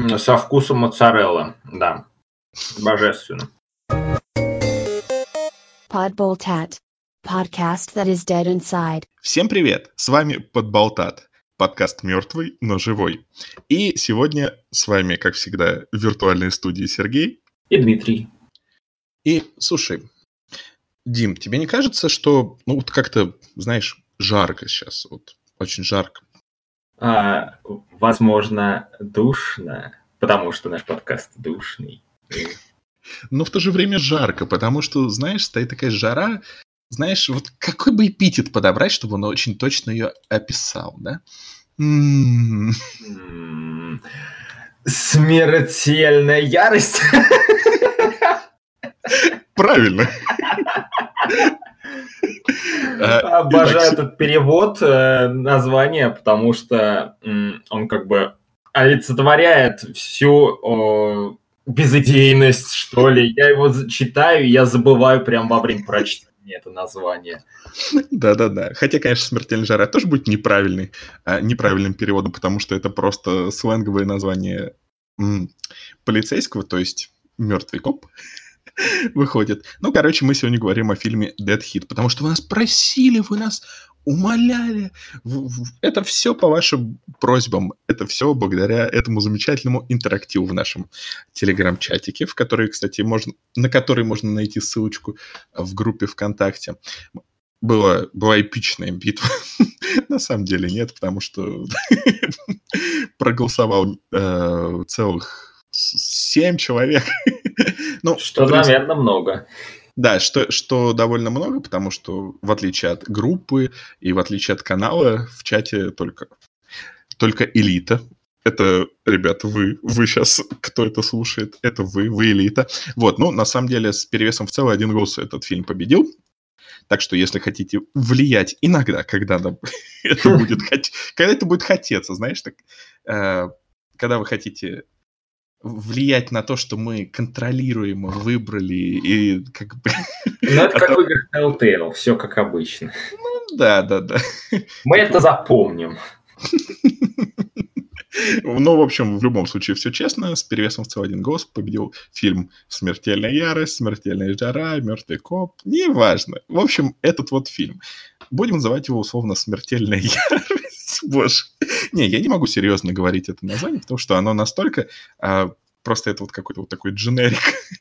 Со вкусом моцареллы, да. Божественно. Podboltat. Podcast that is dead inside. Всем привет! С вами Подболтат. Подкаст мертвый, но живой. И сегодня с вами, как всегда, в виртуальной студии Сергей. И Дмитрий. И, слушай, Дим, тебе не кажется, что, вот как-то, знаешь, жарко сейчас, очень жарко? Возможно, душно, потому что наш подкаст душный. Но в то же время жарко, потому что, знаешь, стоит такая жара, знаешь, вот какой бы эпитет подобрать, чтобы он очень точно ее описал, да? Смертельная ярость. Правильно. Обожаю этот перевод названия, потому что он как бы олицетворяет всю безыдейность, что ли. Я его читаю, и я забываю прямо во время прочтения это название. Да-да-да. Хотя, конечно, «Смертельная жара» тоже будет неправильным переводом, потому что это просто сленговое название полицейского, то есть «Мертвый коп». Выходит. Короче, мы сегодня говорим о фильме Dead Hit, потому что вы нас просили, вы нас умоляли. Это все по вашим просьбам. Это все благодаря этому замечательному интерактиву в нашем телеграм-чатике, на который можно найти ссылочку в группе ВКонтакте. Была эпичная битва. На самом деле нет, потому что проголосовал целых 7 человек. Наверное, много. Да, что довольно много, потому что в отличие от группы и в отличие от канала, в чате только элита. Это, ребята, вы сейчас, кто это слушает, это вы элита. На самом деле, с перевесом в целый 1 голос этот фильм победил. Так что, если хотите влиять иногда, когда это будет хотеться, знаешь, так, когда вы хотите влиять на то, что мы контролируем, выбрали и как бы... это как в играх Telltale, все как обычно. Да. Мы это запомним. В общем, в любом случае все честно. С перевесом в целый 1 голос победил фильм «Смертельная ярость», «Смертельная жара», «Мертвый коп». Неважно. В общем, этот фильм. Будем называть его условно «Смертельная ярость». Боже. Я не могу серьезно говорить это название, потому что оно настолько... просто это какой-то такой дженерик.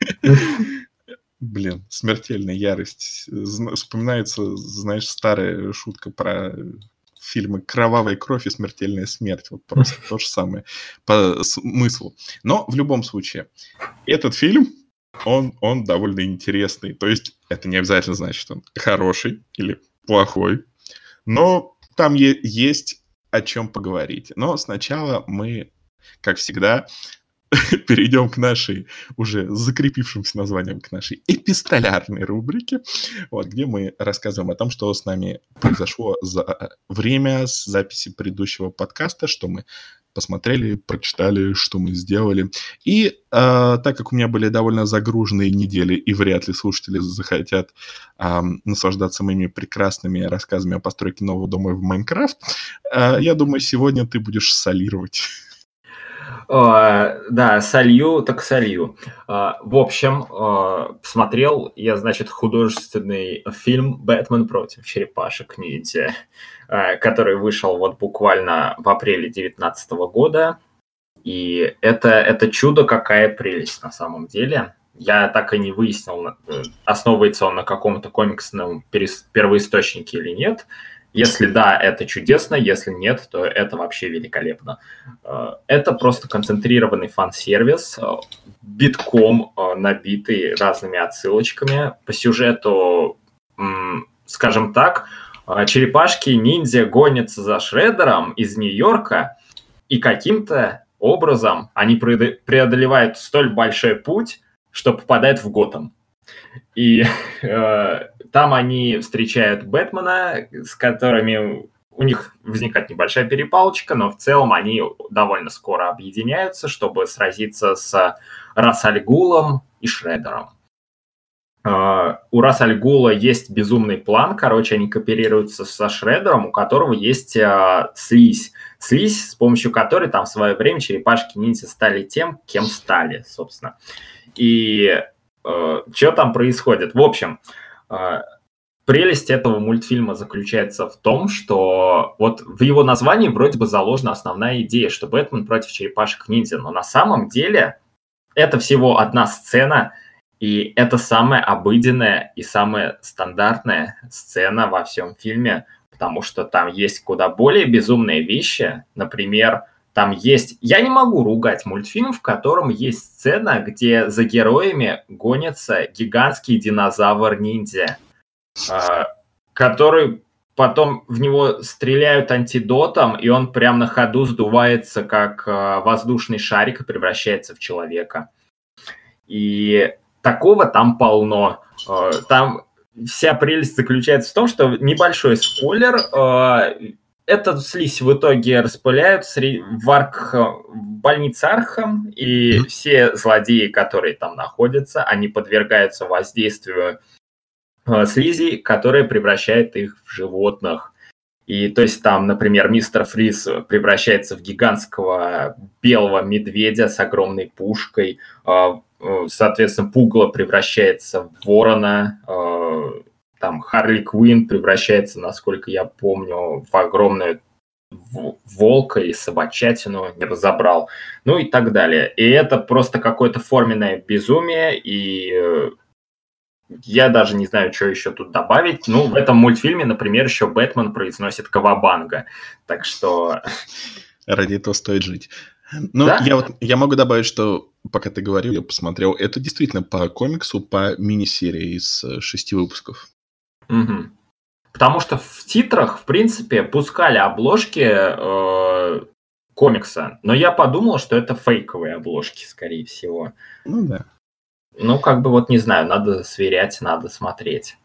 Блин, «Смертельная ярость». Вспоминается, знаешь, старая шутка про... фильмы «Кровавая кровь» и «Смертельная смерть». Просто то же самое по смыслу. Но в любом случае, этот фильм, он довольно интересный. То есть это не обязательно значит, что он хороший или плохой. Но там есть о чем поговорить. Но сначала мы, как всегда, перейдем к нашей уже закрепившимся названием, к нашей эпистолярной рубрике, где мы рассказываем о том, что с нами произошло за время с записи предыдущего подкаста, что мы посмотрели, прочитали, что мы сделали. И так как у меня были довольно загруженные недели, и вряд ли слушатели захотят наслаждаться моими прекрасными рассказами о постройке нового дома в Майнкрафт, я думаю, сегодня ты будешь солировать. Да, солью. В общем, посмотрел я, художественный фильм «Бэтмен против черепашек-ниндзя», который вышел буквально в апреле 2019 года. И это чудо, какая прелесть на самом деле. Я так и не выяснил, основывается он на каком-то комиксном первоисточнике или нет. Если да, это чудесно, если нет, то это вообще великолепно. Это просто концентрированный фан-сервис, битком набитый разными отсылочками. По сюжету, скажем так, черепашки-ниндзя гонятся за Шреддером из Нью-Йорка, и каким-то образом они преодолевают столь большой путь, что попадают в Готэм. И там они встречают Бэтмена, с которыми у них возникает небольшая перепалочка, но в целом они довольно скоро объединяются, чтобы сразиться с Рас-аль-Гулом и Шреддером. у Рас Аль Гула есть безумный план, короче, они кооперируются со Шреддером, у которого есть слизь. Слизь, с помощью которой там в свое время черепашки-ниндзя стали тем, кем стали, собственно. И что там происходит? В общем, прелесть этого мультфильма заключается в том, что вот в его названии вроде бы заложена основная идея, что Бэтмен против черепашек-ниндзя, но на самом деле это всего одна сцена, и это самая обыденная и самая стандартная сцена во всем фильме, потому что там есть куда более безумные вещи. Например, там есть... Я не могу ругать мультфильм, в котором есть сцена, где за героями гонится гигантский динозавр-ниндзя, который потом в него стреляют антидотом, и он прямо на ходу сдувается, как воздушный шарик, и превращается в человека. И такого там полно. Там вся прелесть заключается в том, что небольшой спойлер, эту слизь в итоге распыляют в больнице Арkham, и все злодеи, которые там находятся, они подвергаются воздействию слизи, которая превращает их в животных. И то есть там, например, мистер Фриз превращается в гигантского белого медведя с огромной пушкой, соответственно, Пугало превращается в ворона, там Харли Квинн превращается, насколько я помню, в огромную волка и собачатину, не разобрал, ну и так далее. И это просто какое-то форменное безумие, и я даже не знаю, что еще тут добавить. Ну, в этом мультфильме, например, еще Бэтмен произносит кавабанга, так что... Ради этого стоит жить. Ну, да? я могу добавить, что, пока ты говорил, я посмотрел, это действительно по комиксу, по мини-серии из 6 выпусков. Угу. Потому что в титрах, в принципе, пускали обложки комикса, но я подумал, что это фейковые обложки, скорее всего. Ну да. Ну, как бы вот не знаю, надо сверять, надо смотреть.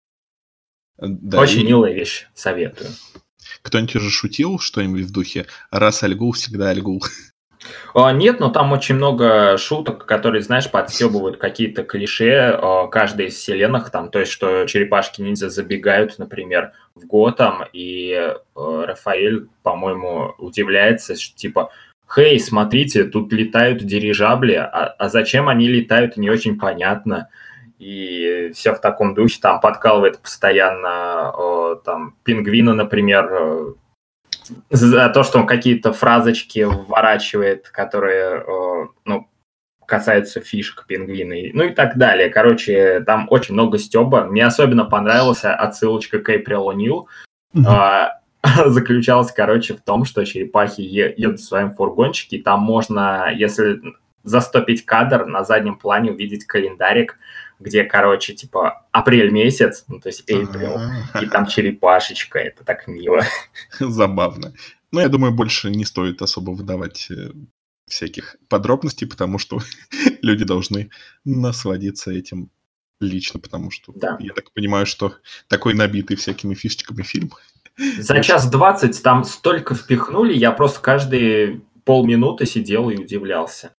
Да, очень милая вещь, советую. Кто-нибудь уже шутил что-нибудь в духе «раз Аль Гул, всегда Аль Гул»? Нет, но там очень много шуток, которые, знаешь, подстебывают какие-то клише каждой из вселенных. Там, то есть, что черепашки-ниндзя забегают, например, в Готэм, и Рафаэль, по-моему, удивляется, что типа... «Хей, смотрите, тут летают дирижабли, а зачем они летают, не очень понятно». И все в таком духе, там подкалывает постоянно там Пингвина, например, за то, что он какие-то фразочки вворачивает, которые касаются фишек Пингвина, ну и так далее. Короче, там очень много стёба. Мне особенно понравилась отсылочка к Эйприл О'Нил. Заключалась, короче, в том, что черепахи едут в своем фургончике, и там можно, если застопить кадр, на заднем плане увидеть календарик, где, короче, типа апрель месяц, ну, то есть April, и там черепашечка, это так мило. Забавно. Но я думаю, больше не стоит особо выдавать всяких подробностей, потому что люди должны насладиться этим лично, потому что я так понимаю, что такой набитый всякими фишечками фильм. За 1:20 там столько впихнули, я просто каждые полминуты сидел и удивлялся.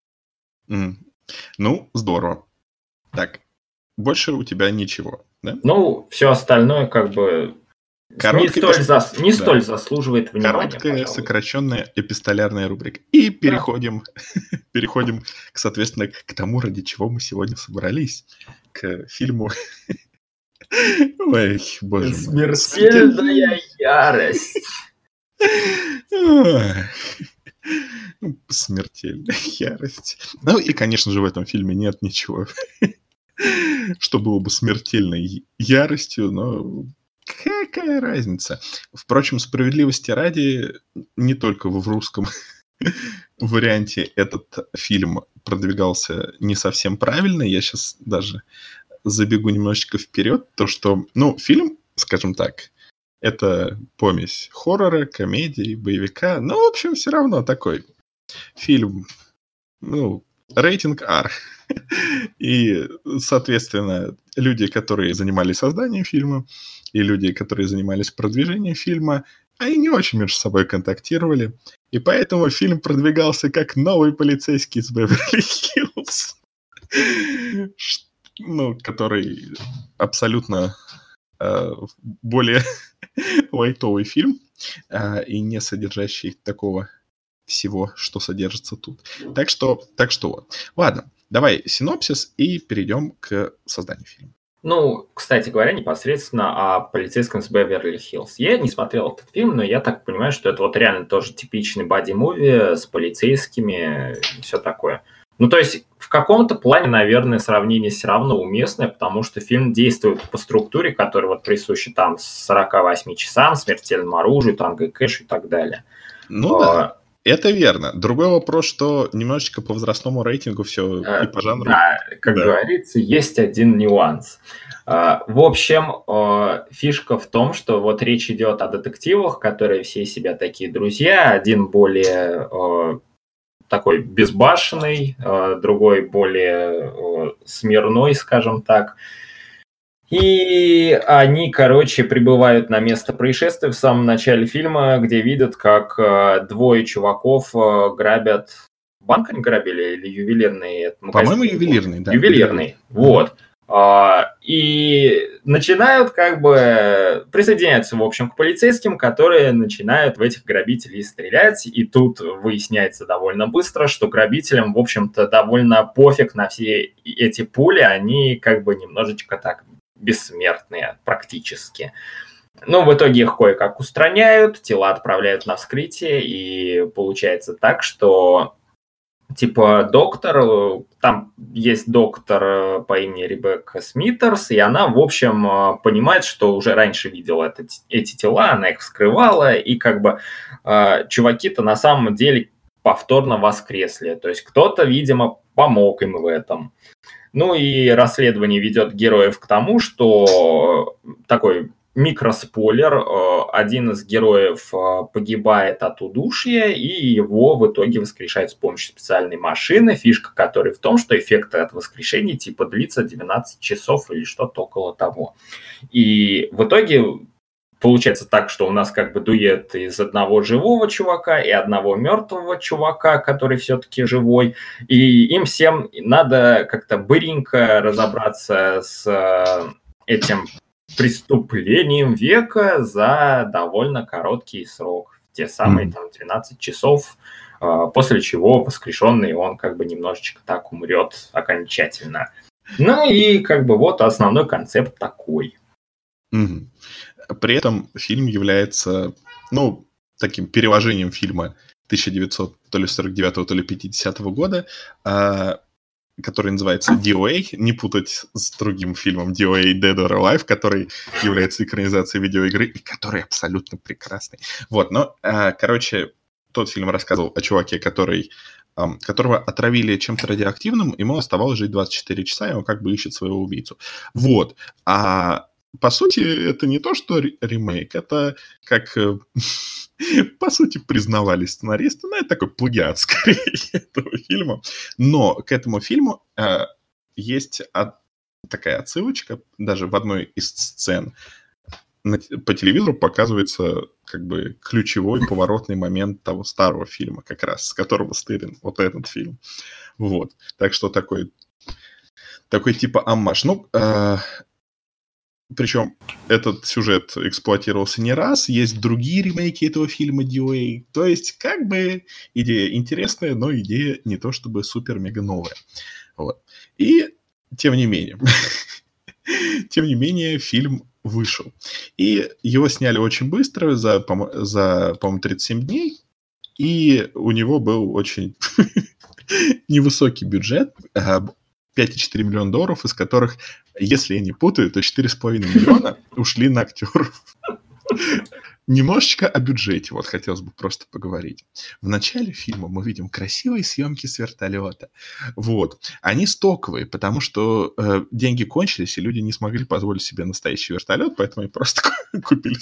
Ну, здорово. Так, больше у тебя ничего, да? Ну, все остальное как бы не столь заслуживает внимания. Короткая, пожалуй. Сокращенная эпистолярная рубрика. И переходим к, соответственно, к тому, ради чего мы сегодня собрались. К фильму... Ой, боже мой. Смертельная ярость. Смертельная ярость. Ну и, конечно же, в этом фильме нет ничего, что было бы смертельной яростью, но какая разница. Впрочем, справедливости ради, не только в русском варианте этот фильм продвигался не совсем правильно. Я сейчас даже забегу немножечко вперед. То, что, фильм, скажем так, это помесь хоррора, комедии, боевика. Но, в общем, все равно такой фильм, рейтинг R. И, соответственно, люди, которые занимались созданием фильма, и люди, которые занимались продвижением фильма, они не очень между собой контактировали. И поэтому фильм продвигался как новый полицейский из Беверли-Хиллз. ну, который абсолютно более лайтовый фильм и не содержащий такого всего, что содержится тут. Так что вот. Ладно, давай синопсис и перейдем к созданию фильма. Ну, кстати говоря, непосредственно о полицейском с Беверли-Хиллз. Я не смотрел этот фильм, но я так понимаю, что это вот реально тоже типичный боди-муви с полицейскими и все такое. Ну, то есть в каком-то плане, наверное, сравнение все равно уместное, потому что фильм действует по структуре, которая вот присуща там 48 часам, смертельному оружию, танго и кэш и так далее. Ну да. Это верно. Другой вопрос, что немножечко по возрастному рейтингу все и по жанру. Да, как говорится, есть один нюанс. В общем, фишка в том, что вот речь идет о детективах, которые все из себя такие друзья. Один более такой безбашенный, другой более смирной, скажем так. И они, короче, прибывают на место происшествия в самом начале фильма, где видят, как двое чуваков грабят... Банк они грабили или ювелирный магазин? По-моему, ювелирный, да. Ювелирный, вот. И начинают как бы присоединяться, в общем, к полицейским, которые начинают в этих грабителей стрелять. И тут выясняется довольно быстро, что грабителям, в общем-то, довольно пофиг на все эти пули. Они как бы немножечко так бессмертные практически. Ну, в итоге их кое-как устраняют, тела отправляют на вскрытие, и получается так, что типа доктор, там есть доктор по имени Ребекка Смитерс, и она, в общем, понимает, что уже раньше видела эти тела, она их вскрывала, и как бы чуваки-то на самом деле повторно воскресли. То есть кто-то, видимо, помог им в этом. Ну и расследование ведет героев к тому, что такой микроспойлер, один из героев погибает от удушья, и его в итоге воскрешают с помощью специальной машины, фишка которой в том, что эффект от воскрешения типа длится 12 часов или что-то около того. И в итоге получается так, что у нас как бы дуэт из одного живого чувака и одного мертвого чувака, который все-таки живой. И им всем надо как-то быренько разобраться с этим преступлением века за довольно короткий срок. Те самые там 12 часов, после чего воскрешенный он как бы немножечко так умрет окончательно. Ну и как бы вот основной концепт такой. При этом фильм является, ну, таким переложением фильма 1949 то ли 50 года, который называется DOA, не путать с другим фильмом DOA Dead or Alive, который является экранизацией видеоигры и который абсолютно прекрасный. Вот, но, короче, тот фильм рассказывал о чуваке, которого отравили чем-то радиоактивным, ему оставалось жить 24 часа, и он как бы ищет своего убийцу. Вот. По сути, это не то, что ремейк, это как, по сути, признавали сценаристы, но это такой плагиат, скорее, этого фильма. Но к этому фильму есть такая отсылочка, даже в одной из сцен по телевизору показывается как бы ключевой поворотный момент того старого фильма, как раз, с которого стырен вот этот фильм. Вот. Так что такой типа аммаж. Ну, причем этот сюжет эксплуатировался не раз, есть другие ремейки этого фильма DOA. То есть, как бы, идея интересная, но идея не то чтобы супер-мега новая. Вот. И, тем не менее, фильм вышел. И его сняли очень быстро, за по-моему, 37 дней. И у него был очень невысокий бюджет, 5,4 миллиона долларов, из которых, если я не путаю, то 4,5 миллиона ушли на актеров. Немножечко о бюджете, вот хотелось бы просто поговорить. В начале фильма мы видим красивые съемки с вертолета. Вот. Они стоковые, потому что деньги кончились, и люди не смогли позволить себе настоящий вертолет, поэтому они просто купили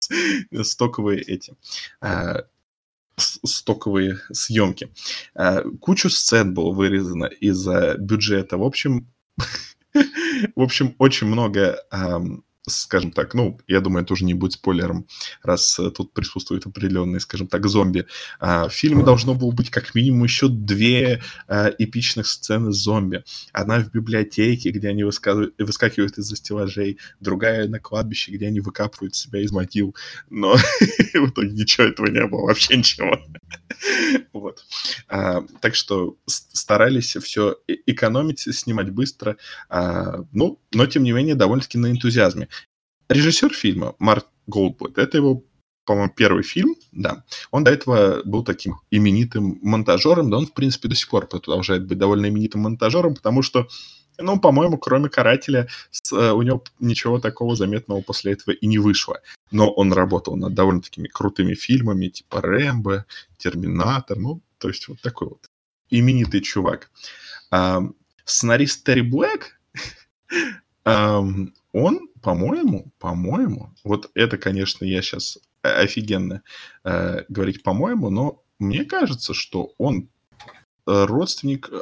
стоковые съемки. Кучу сцен было вырезано из-за бюджета. В общем, очень много скажем так, ну, я думаю, это уже не будет спойлером, раз тут присутствуют определенные, скажем так, зомби. В фильме должно было быть как минимум еще 2 эпичных сцены с зомби. Одна в библиотеке, где они выскакивают из-за стеллажей, другая на кладбище, где они выкапывают себя из могил. Но в итоге ничего этого не было, вообще ничего. Вот. Так что старались все экономить, снимать быстро, но тем не менее довольно-таки на энтузиазме. Режиссер фильма Марк Голдблат, это его, по-моему, первый фильм, да. Он до этого был таким именитым монтажером, да он, в принципе, до сих пор продолжает быть довольно именитым монтажером, потому что, ну, по-моему, кроме «Карателя», у него ничего такого заметного после этого и не вышло. Но он работал над довольно такими крутыми фильмами, типа «Рэмбо», «Терминатор», ну, то есть вот такой вот именитый чувак. Сценарист Терри Блэк, он, по-моему, вот это, конечно, я сейчас офигенно говорить по-моему, но мне кажется, что он родственник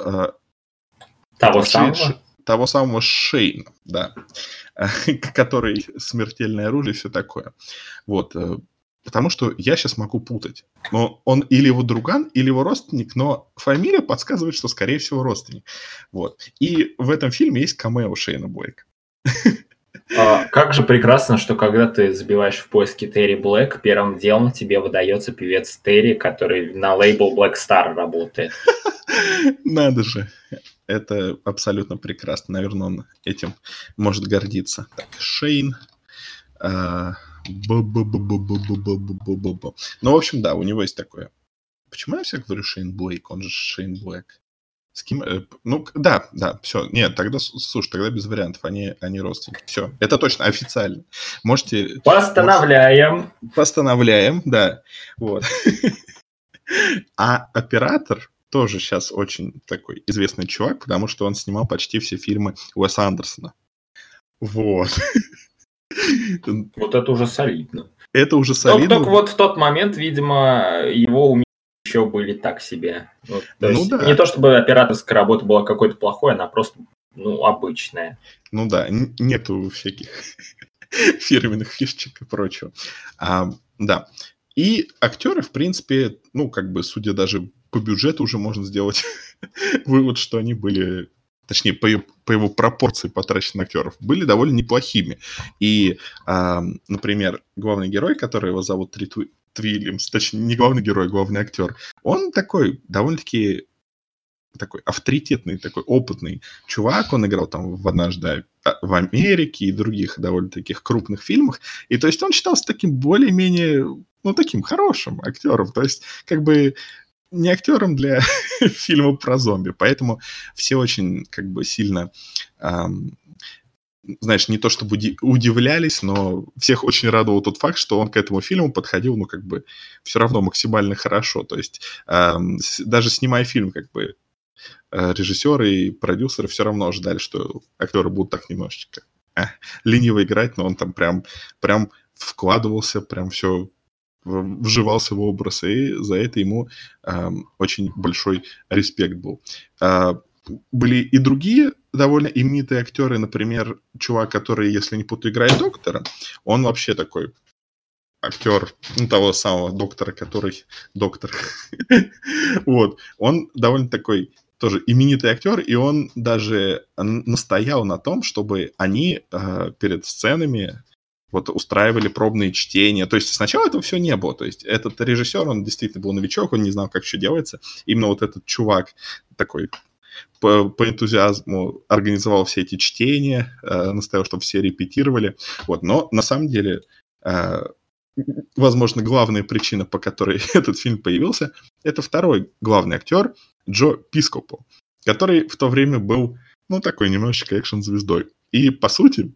того самого Шейна, да, который «Смертельное оружие» и все такое. Вот, потому что я сейчас могу путать. Но он или его друган, или его родственник, но фамилия подсказывает, что, скорее всего, родственник. Вот. И в этом фильме есть камео Шейна Блэка. Как же прекрасно, что когда ты забиваешь в поиске Терри Блэк, первым делом тебе выдается певец Терри, который на лейбл Black Star работает. Надо же. Это абсолютно прекрасно. Наверное, он этим может гордиться. Так, Шейн. Ну, в общем, да, у него есть такое. Почему я всегда говорю Шейн Блейк? Он же Шейн Блэк. С кем? Ну, да, все. Нет, тогда, слушай, тогда без вариантов. Они родственники. Все, это точно, официально. Можете... Постановляем, да. Вот. А оператор тоже сейчас очень такой известный чувак, потому что он снимал почти все фильмы Уэса Андерсона. Вот. Вот это уже солидно. Это уже солидно. Только вот в тот момент, видимо, его умения еще были так себе. Вот, то есть не то чтобы операторская работа была какой-то плохой, она просто, обычная. Ну да, нету всяких фирменных фишечек и прочего. Да. И актеры, в принципе, судя даже по бюджету, уже можно сделать вывод, что они были, точнее, по его пропорции потраченных актеров, были довольно неплохими. И, например, главный герой, который его зовут Трит Уильямс, точнее, не главный герой, а главный актер, он такой довольно-таки такой авторитетный, такой опытный чувак. Он играл там в «Однажды в Америке» и других довольно таких крупных фильмах. И то есть он считался таким более-менее, таким хорошим актером. То есть не актером для фильма про зомби. Поэтому все очень сильно... знаешь, не то чтобы удивлялись, но всех очень радовал тот факт, что он к этому фильму подходил, все равно максимально хорошо. То есть даже снимая фильм, режиссеры и продюсеры все равно ожидали, что актеры будут так немножечко лениво играть, но он там прям вкладывался, прям все вживался в образ, и за это ему очень большой респект был. Были и другие довольно именитые актеры, например, чувак, который, если не путаю, играет доктора, он вообще такой актер того самого доктора, который доктор. Вот. Он довольно такой тоже именитый актер, и он даже настоял на том, чтобы они перед сценами устраивали пробные чтения. То есть сначала этого все не было. То есть этот режиссер, он действительно был новичок, он не знал, как что делается. Именно этот чувак такой по энтузиазму организовал все эти чтения, настоял, чтобы все репетировали. Вот. Но на самом деле, возможно, главная причина, по которой этот фильм появился, это второй главный актер Джо Пископо, который в то время был, такой немножечко экшн-звездой. И по сути,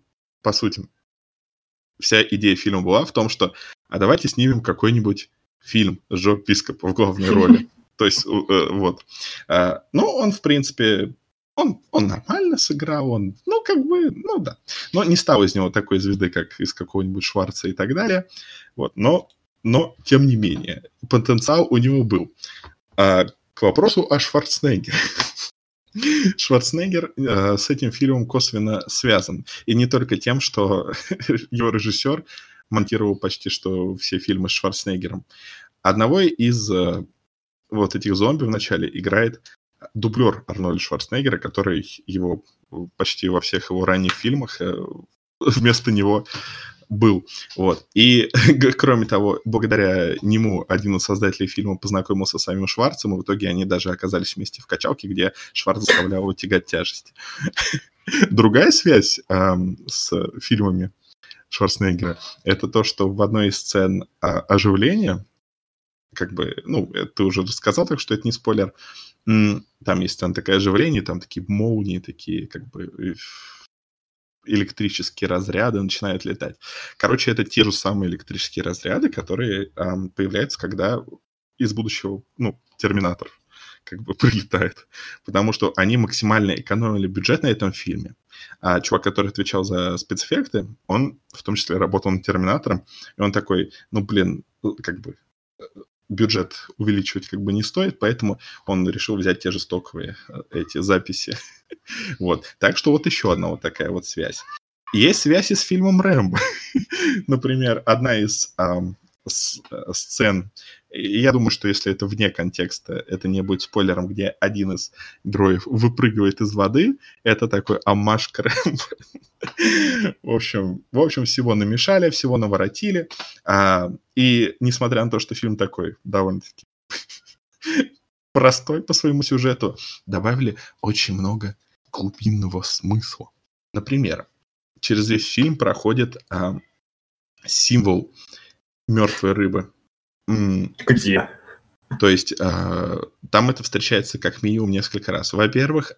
вся идея фильма была в том, что давайте снимем какой-нибудь фильм с Джо Пископо в главной роли. То есть, вот. Он, в принципе, он нормально сыграл, да. Но не стал из него такой звезды, как из какого-нибудь Шварца и так далее. Вот. Но тем не менее, потенциал у него был. К вопросу о Шварценеггере. Шварценеггер с этим фильмом косвенно связан. И не только тем, что его режиссер монтировал почти что все фильмы с Шварценеггером. Одного из вот этих зомби вначале играет дублер Арнольда Шварценеггера, который его почти во всех его ранних фильмах вместо него был. Вот. И, кроме того, благодаря нему один из создателей фильма познакомился с самим Шварцем, и в итоге они даже оказались вместе в качалке, где Шварц заставлял его тягать тяжесть. Другая связь с фильмами Шварценеггера — это то, что в одной из сцен оживления, как бы, ну, ты уже рассказал, так что это не спойлер, там есть сцена такое оживление, там такие молнии, такие, как бы, электрические разряды начинают летать. Короче, это те же самые электрические разряды, которые появляются, когда из будущего, ну, Терминатор как бы прилетает. Потому что они максимально экономили бюджет на этом фильме. А чувак, который отвечал за спецэффекты, он в том числе работал над Терминатором, и он такой, ну, блин, как бы бюджет увеличивать как бы не стоит, поэтому он решил взять те же стоковые эти записи. Вот. Так что вот еще одна вот такая вот связь. Есть связь и с фильмом «Рэмбо». Например, одна из сцен, я думаю, что если это вне контекста, это не будет спойлером, где один из героев выпрыгивает из воды, это такой оммаж к «Рэмбо». В общем, всего намешали, всего наворотили. И несмотря на то, что фильм такой довольно-таки простой по своему сюжету, добавили очень много глубинного смысла. Например, через весь фильм проходит символ мертвой рыбы. Где? То есть там это встречается как минимум несколько раз. Во-первых,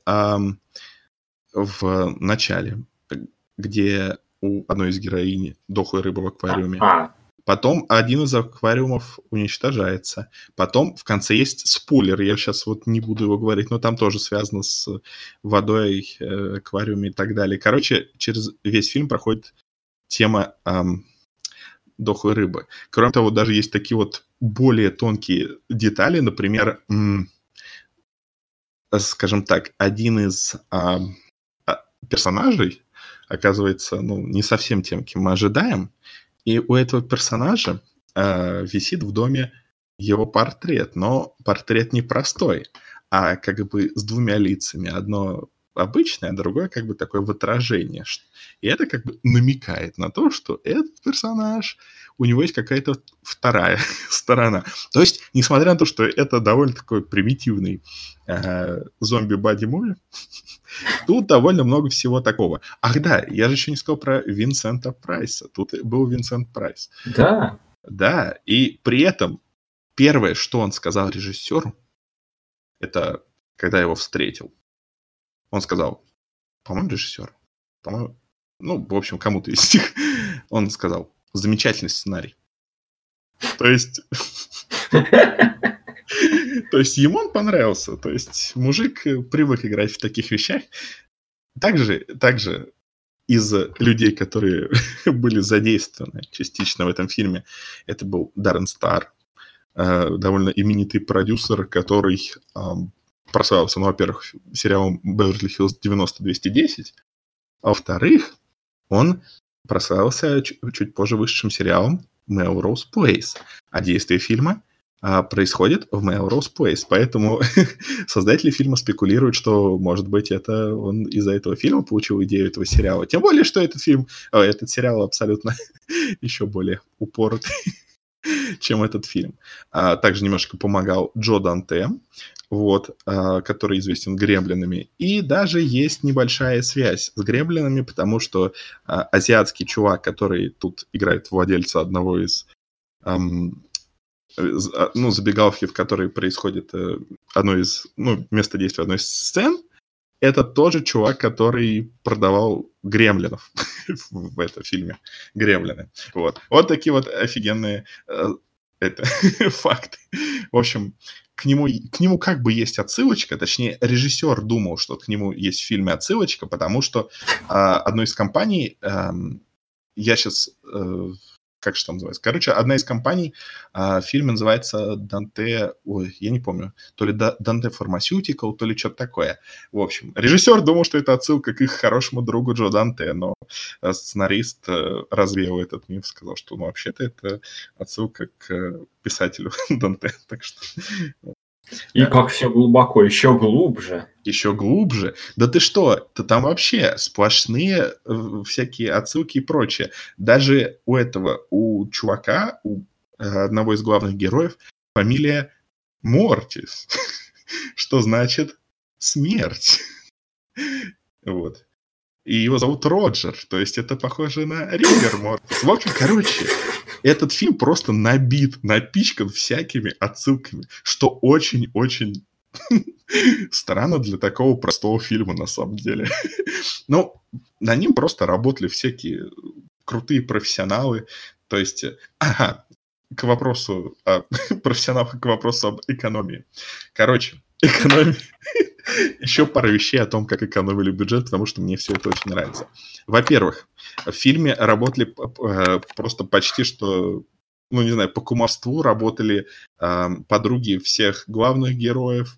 в начале, где у одной из героинь дохлая рыба в аквариуме. Потом один из аквариумов уничтожается. Потом в конце есть спойлер. Я сейчас вот не буду его говорить, но там тоже связано с водой, аквариумом и так далее. Короче, через весь фильм проходит тема дохлой рыбы. Кроме того, даже есть такие вот более тонкие детали. Например, скажем так, один из персонажей оказывается, ну, не совсем тем, кем мы ожидаем. И у этого персонажа висит в доме его портрет, но портрет не простой, а как бы с двумя лицами. Одно обычное, а другое как бы такое в отражении. И это как бы намекает на то, что этот персонаж, у него есть какая-то вторая сторона. То есть, несмотря на то, что это довольно такой примитивный зомби-бади-муви, тут довольно много всего такого. Ах да, я же еще не сказал про Винсента Прайса. Тут был Винсент Прайс. Да. Да, и при этом первое, что он сказал режиссеру, это когда его встретил. Он сказал, по-моему, режиссер, по-моему, ну, в общем, кому-то из них, он сказал, замечательный сценарий. То есть ему он понравился. То есть мужик привык играть в таких вещах. Также из людей, которые были задействованы частично в этом фильме, это был Даррен Стар, довольно именитый продюсер, который прославился, ну, во-первых, сериалом «Беверли-Хиллз 90-210», а во-вторых, он прославился чуть позже вышедшим сериалом «Melrose Place», а действие фильма происходит в Melrose Place, поэтому создатели фильма спекулируют, что, может быть, это он из-за этого фильма получил идею этого сериала. Тем более, что этот сериал абсолютно еще более упоротый, чем этот фильм. Также немножко помогал Джо Данте, вот, который известен «Гремлинами». И даже есть небольшая связь с «Гремлинами», потому что азиатский чувак, который тут играет владельца одного из забегаловки, в которой происходит место действия одной из сцен, это тоже чувак, который продавал гремлинов в этом фильме. Гремлины. Вот такие вот офигенные факты. В общем, к нему как бы есть отсылочка, точнее, режиссер думал, что к нему есть в фильме отсылочка, потому что одной из компаний, я сейчас как же там называется? Короче, одна из компаний, в фильме называется Dante, ой, я не помню, то ли Dante Pharmaceutical, то ли что-то такое. В общем, режиссер думал, что это отсылка к их хорошему другу Джо Данте, но сценарист развеял этот миф, сказал, что ну, вообще-то это отсылка к писателю Данте, так что... И как все глубоко, еще глубже. Еще глубже? Да ты что? Там вообще сплошные всякие отсылки и прочее. Даже у чувака, у одного из главных героев, фамилия Мортис. Что значит смерть. Вот. И его зовут Роджер. То есть это похоже на Риггер Мортис. В общем, короче, этот фильм просто напичкан всякими отсылками, что очень-очень странно для такого простого фильма, на самом деле. Но на ним просто работали всякие крутые профессионалы. То есть, к вопросу о профессионалах, к вопросу об экономии. Короче, экономия. Еще пара вещей о том, как экономили бюджет, потому что мне все это очень нравится. Во-первых, в фильме работали просто почти что, ну, не знаю, по кумовству работали подруги всех главных героев.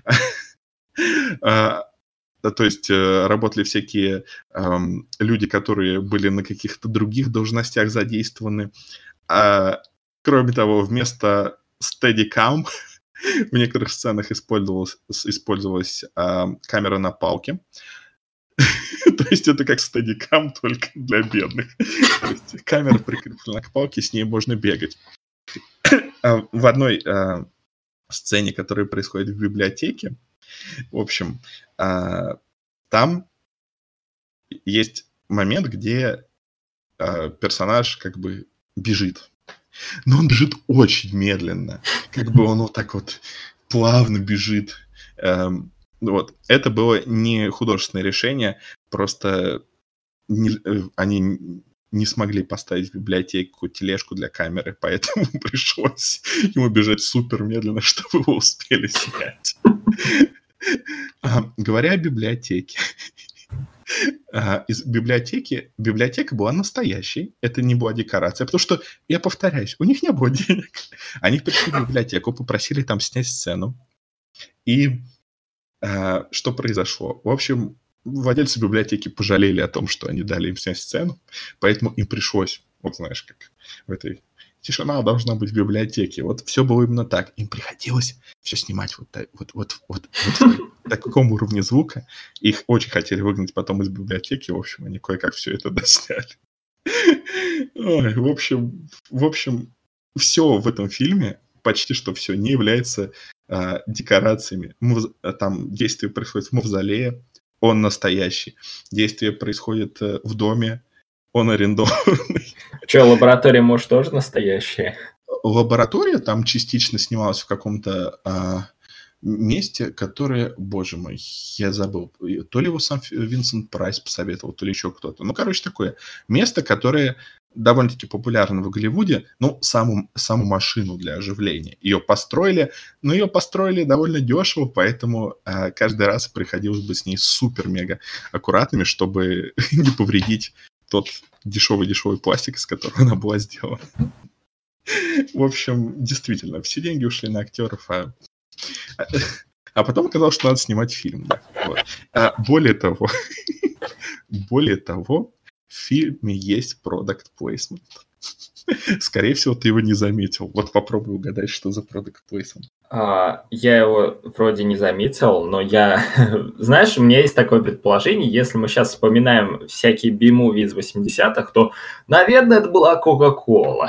То есть работали всякие люди, которые были на каких-то других должностях задействованы. Кроме того, вместо Steadicam в некоторых сценах использовалась камера на палке. То есть это как Steadicam, только для бедных. То есть камера прикреплена к палке, с ней можно бегать. В одной сцене, которая происходит в библиотеке, в общем, там есть момент, где персонаж как бы бежит. Но он бежит очень медленно. Как бы он вот так вот плавно бежит. Вот. Это было не художественное решение, просто они не смогли поставить в библиотеку тележку для камеры, поэтому пришлось ему бежать супер медленно, чтобы его успели снять. Говоря о библиотеке. Из библиотека была настоящей, это не была декорация, потому что, я повторяюсь, у них не было денег. Они пришли в библиотеку, попросили там снять сцену. И что произошло? В общем, владельцы библиотеки пожалели о том, что они дали им снять сцену, поэтому им пришлось, вот знаешь, как в этой... Тишина должна быть в библиотеке. Вот все было именно так. Им приходилось все снимать вот в таком уровне звука. Их очень хотели выгнать потом из библиотеки. В общем, они кое-как все это досняли. Ой, в общем, все в этом фильме, почти что все, не является декорациями. Там действие происходит в мавзолее, он настоящий. Действие происходит в доме, он арендованный. Что, лаборатория, может, тоже настоящая? Лаборатория там частично снималась в каком-то месте, которое, боже мой, я забыл. То ли его сам Винсент Прайс посоветовал, то ли еще кто-то. Ну, короче, такое место, которое довольно-таки популярно в Голливуде. Ну, саму машину для оживления. Ее построили, но ее построили довольно дешево, поэтому каждый раз приходилось быть с ней супер-мега аккуратными, чтобы не повредить тот дешевый пластик, из которого она была сделана. В общем, действительно, все деньги ушли на актеров, а потом оказалось, что надо снимать фильм. Да. Вот. Более того, в фильме есть product placement. Скорее всего, ты его не заметил. Вот попробуй угадать, что за product placement. Я его вроде не заметил, но знаешь, у меня есть такое предположение, если мы сейчас вспоминаем всякие би-муви из 80-х, то, наверное, это была Кока-Кола.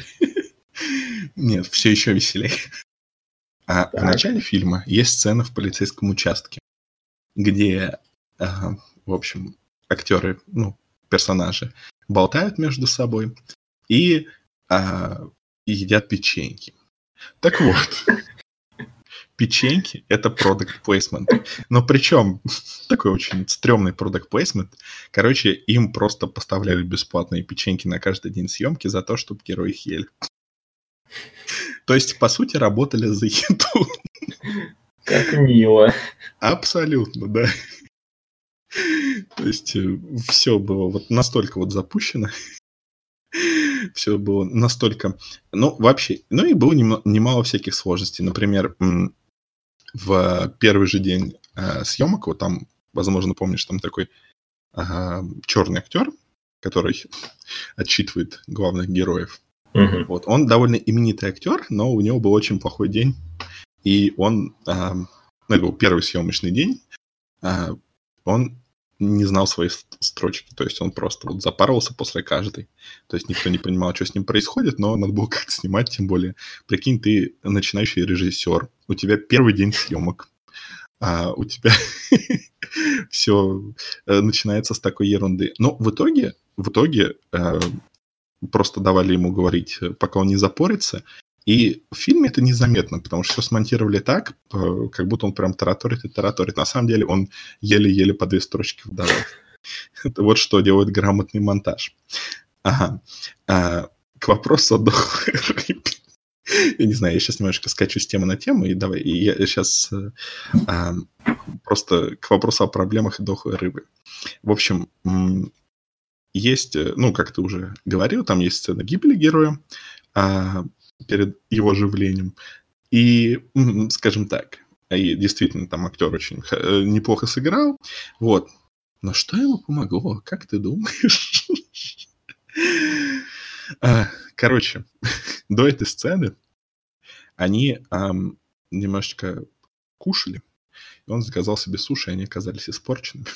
Нет, все еще веселее. В начале фильма есть сцена в полицейском участке, где, в общем, актеры, персонажи болтают между собой и едят печеньки. Так вот, печеньки — это product placement. Но причем такой очень стрёмный product placement. Короче, им просто поставляли бесплатные печеньки на каждый день съемки за то, чтобы герои их ели. То есть, по сути, работали за еду. Как мило. Абсолютно, да. То есть, все было вот настолько вот запущено. Все было настолько... Ну, вообще... Ну, и было немало всяких сложностей. Например, в первый же день съемок, вот там, возможно, помнишь, там такой черный актер, который отчитывает главных героев. Вот. Он довольно именитый актер, но у него был очень плохой день. И он... это был первый съемочный день. Он не знал свои строчки. То есть он просто вот запарывался после каждой. То есть никто не понимал, что с ним происходит, но надо было как-то снимать, тем более. Прикинь, ты начинающий режиссер. У тебя первый день съемок. У тебя все начинается с такой ерунды. Но в итоге просто давали ему говорить, пока он не запорится. И в фильме это незаметно, потому что все смонтировали так, как будто он прям тараторит и тараторит. На самом деле он еле-еле по 2 строчки выдавал. Это вот что делает грамотный монтаж. Ага. К вопросу о дохлой рыбе. Я не знаю, я сейчас немножко скачу с темы на тему, и давай, и я сейчас просто к вопросу о проблемах дохлой рыбы. В общем, есть, ну, как ты уже говорил, там есть сцена гибели героя перед его оживлением. И, скажем так, и действительно, там актер очень неплохо сыграл. Вот. Но что ему помогло? Как ты думаешь? Короче, до этой сцены они немножечко кушали. И он заказал себе суши, и они оказались испорченными.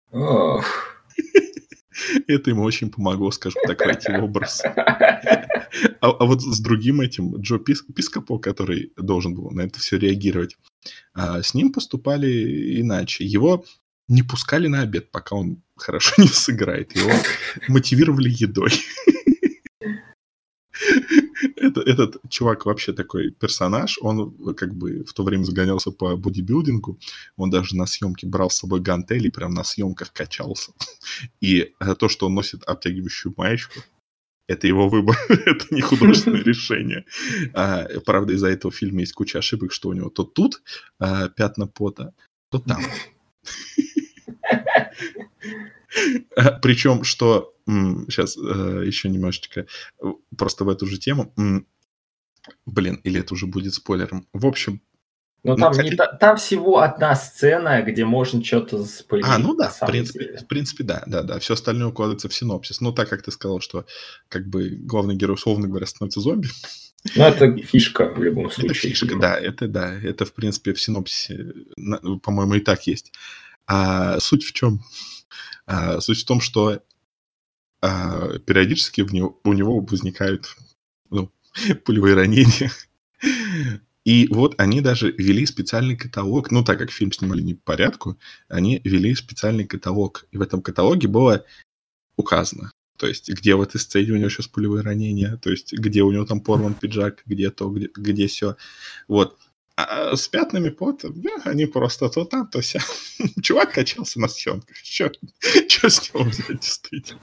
Это ему очень помогло, скажем так, войти в образ. А вот с другим этим, Джо Пископо, который должен был на это все реагировать, с ним поступали иначе. Его не пускали на обед, пока он хорошо не сыграет. Его мотивировали едой. Этот чувак вообще такой персонаж. Он как бы в то время загонялся по бодибилдингу. Он даже на съемке брал с собой гантели, прям на съемках качался. И то, что он носит обтягивающую маечку, это его выбор, это не художественное решение. Правда, из-за этого в фильме есть куча ошибок, что у него то тут пятна пота, то там. Причем, что... Сейчас еще немножечко просто в эту же тему. Блин, или это уже будет спойлером. В общем... Ну, там всего одна сцена, где можно что-то спойлерить. Ну да, в принципе, да. Все остальное укладывается в синопсис. Но так как ты сказал, что как бы главный герой, условно говоря, становится зомби. Ну, это фишка в любом случае. Это фишка, да. Это, в принципе, в синопсисе, по-моему, и так есть. Суть в чем? Суть в том, что периодически у него возникают пулевые ранения. И вот они даже ввели специальный каталог. Ну, так как фильм снимали не по порядку, они ввели специальный каталог. И в этом каталоге было указано. То есть, где в этой сцене у него сейчас пулевые ранения, то есть, где у него там порван пиджак, где то, где все. Вот. А с пятнами пота, они просто то там, то сям. Чувак качался на съемках. Что с него взять, действительно?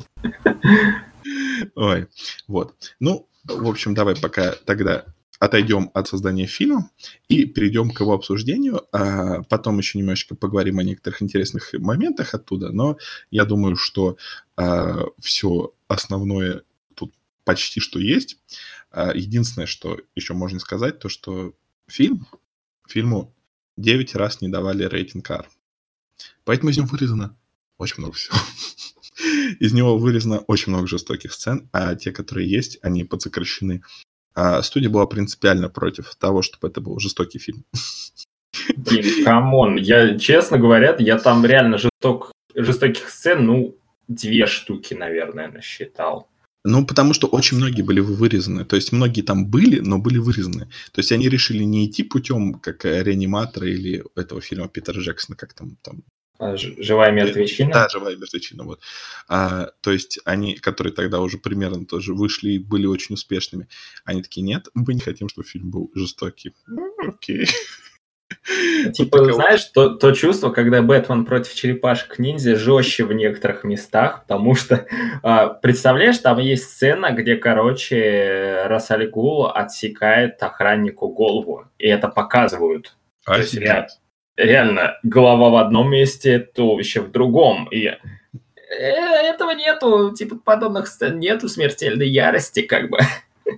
Ой, вот. Ну, в общем, давай пока тогда отойдем от создания фильма и перейдем к его обсуждению. Потом еще немножечко поговорим о некоторых интересных моментах оттуда, но я думаю, что все основное тут почти что есть. Единственное, что еще можно сказать, то что фильму 9 раз не давали рейтинг R. Поэтому из него вырезано очень много всего. Из него вырезано очень много жестоких сцен, а те, которые есть, они подсокращены. Студия была принципиально против того, чтобы это был жестокий фильм. Блин, камон. Честно говоря, я там реально жестоких сцен, 2 штуки, наверное, насчитал. Ну, потому что очень многие были вырезаны. То есть, многие там были, но были вырезаны. То есть, они решили не идти путем, как «Реаниматора» или этого фильма Питера Джексона, как там... «Живая мертвечина»? Да, «Живая мертвечина», вот. То есть, они, которые тогда уже примерно тоже вышли и были очень успешными, они такие, нет, мы не хотим, чтобы фильм был жестокий. Окей. Типа, знаешь, то чувство, когда «Бэтмен против черепашек-ниндзя» жестче в некоторых местах, потому что, представляешь, там есть сцена, где, Рас аль Гул отсекает охраннику голову, и это показывают. То есть, реально, голова в одном месте, туловище в другом, и этого нету, типа подобных сцен нету смертельной ярости, как бы.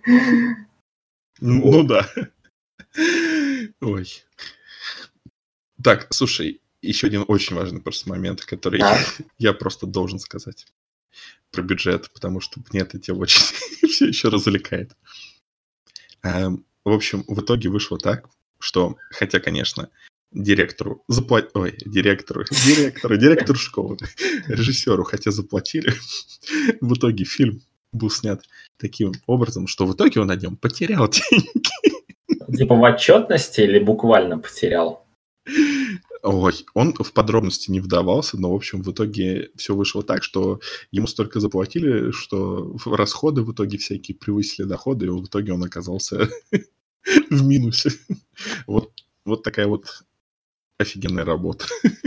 Ну да. Ой. Так, слушай, еще один очень важный просто момент, который я просто должен сказать про бюджет, потому что мне эта тема очень все еще развлекает. В общем, в итоге вышло так, что, хотя, конечно, директору школы, режиссеру, хотя заплатили, в итоге фильм был снят таким образом, что в итоге он на нем потерял деньги. Типа в отчетности или буквально потерял? Ой, он в подробности не вдавался, но, в общем, в итоге все вышло так, что ему столько заплатили, что расходы в итоге всякие превысили доходы, и в итоге он оказался в минусе. Вот такая вот офигенная работа.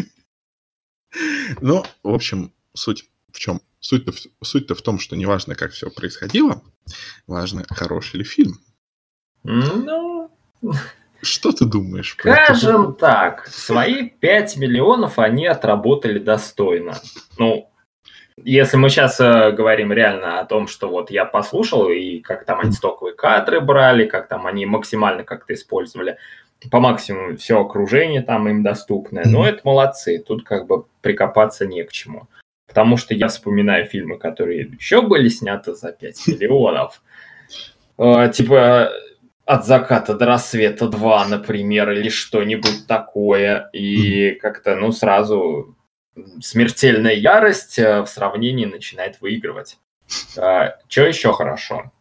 Ну, в общем, суть в чем? Суть-то в том, что не важно, как все происходило, важно, хороший ли фильм. Ну... Что ты думаешь? Скажем так, свои 5 миллионов они отработали достойно. Ну, если мы сейчас говорим реально о том, что вот я послушал, и как там они стоковые кадры брали, как там они максимально как-то использовали по максимуму все окружение там им доступное, ну, это молодцы, тут как бы прикопаться не к чему. Потому что я вспоминаю фильмы, которые еще были сняты за 5 миллионов. Типа... «От заката до рассвета 2», например, или что-нибудь такое. И как-то, ну, сразу смертельная ярость в сравнении начинает выигрывать. Что еще хорошо?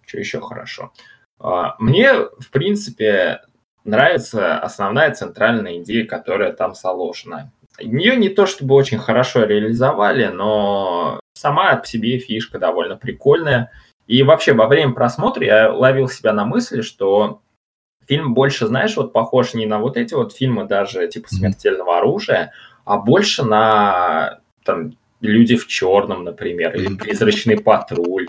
Мне, в принципе, нравится основная центральная идея, которая там заложена. Ее не то чтобы очень хорошо реализовали, но сама по себе фишка довольно прикольная. И вообще во время просмотра я ловил себя на мысли, что фильм больше, знаешь, вот похож не на вот эти вот фильмы даже типа «Смертельного оружия», а больше на там «Люди в черном», например, или «Призрачный патруль».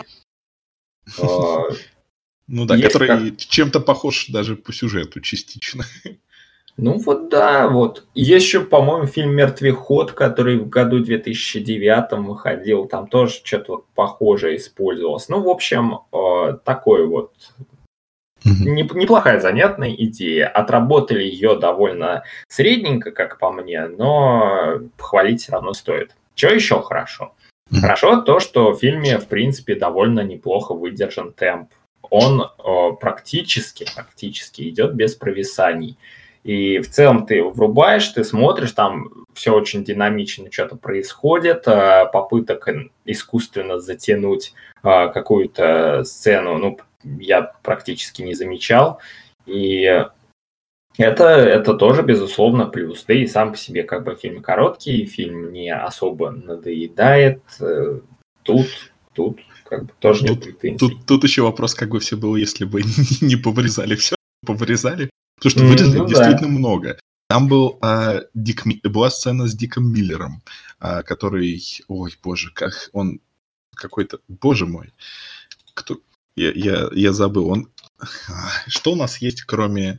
Ну да, который чем-то похож даже по сюжету частично. Ну вот да, вот. Есть еще, по-моему, фильм «Мертвый ход», который в году 2009 выходил. Там тоже что-то вот похожее использовалось. Ну, в общем, такой вот неплохая, занятная идея. Отработали ее довольно средненько, как по мне, но похвалить все равно стоит. Что еще хорошо? Хорошо то, что в фильме, в принципе, довольно неплохо выдержан темп. Он практически идет без провисаний. И в целом ты врубаешь, ты смотришь, там все очень динамично что-то происходит, попыток искусственно затянуть какую-то сцену, ну, я практически не замечал. И это тоже, безусловно, плюс. Да и сам по себе как бы фильм короткий, фильм не особо надоедает. Тут как бы тоже нет претензий. Тут еще вопрос, как бы все было, если бы не повырезали все, повырезали. Потому что вырезали действительно много. Там была сцена с Диком Миллером, который... Ой, боже, как он... Какой-то... Боже мой. Кто... Я забыл. Он... Что у нас есть, кроме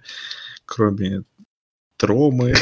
Тромы?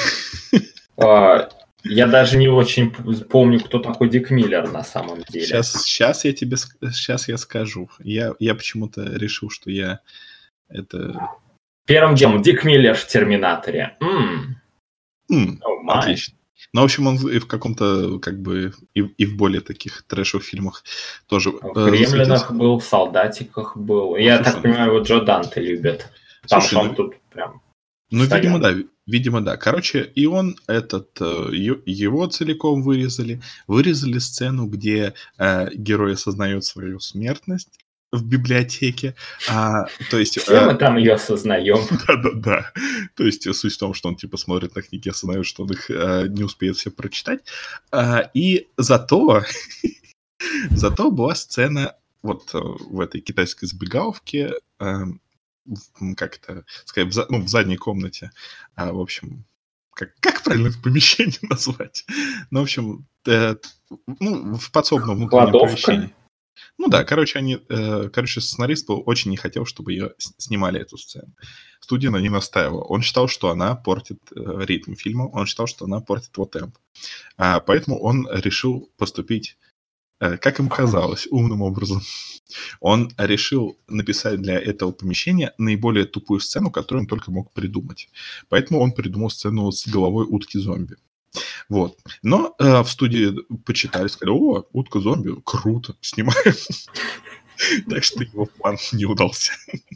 Я даже не очень помню, кто такой Дик Миллер на самом деле. Сейчас я скажу. Я почему-то решил, что я это... Первым делом Дик Миллер в «Терминаторе». Отлично. Ну, в общем, он и в каком-то, как бы, и в более таких трэшевых фильмах тоже... В «Гремлинах» был, в «Солдатиках» был. Я так понимаю, вот Джо Данте любит. Там что он тут прям... Ну, видимо, да. Короче, и он его целиком вырезали. Вырезали сцену, где герой осознает свою смертность в библиотеке. То есть, все мы там ее осознаем. Да. То есть суть в том, что он типа смотрит на книги, осознает, что он их не успеет все прочитать. И зато была сцена вот в этой китайской забегаловке, как это сказать, в задней комнате. В общем, как правильно это помещение назвать? Ну, в общем, в подсобном внутреннем помещении. Ну да, короче, сценарист очень не хотел, чтобы ее снимали, эту сцену. Студия на ней настаивала. Он считал, что она портит ритм фильма, он считал, что она портит его темп. Поэтому он решил поступить как им казалось, умным образом, он решил написать для этого помещения наиболее тупую сцену, которую он только мог придумать. Поэтому он придумал сцену с головой утки-зомби. Вот. Но в студии почитали, сказали: о, утка-зомби, круто, снимаем. Так что его план не удался.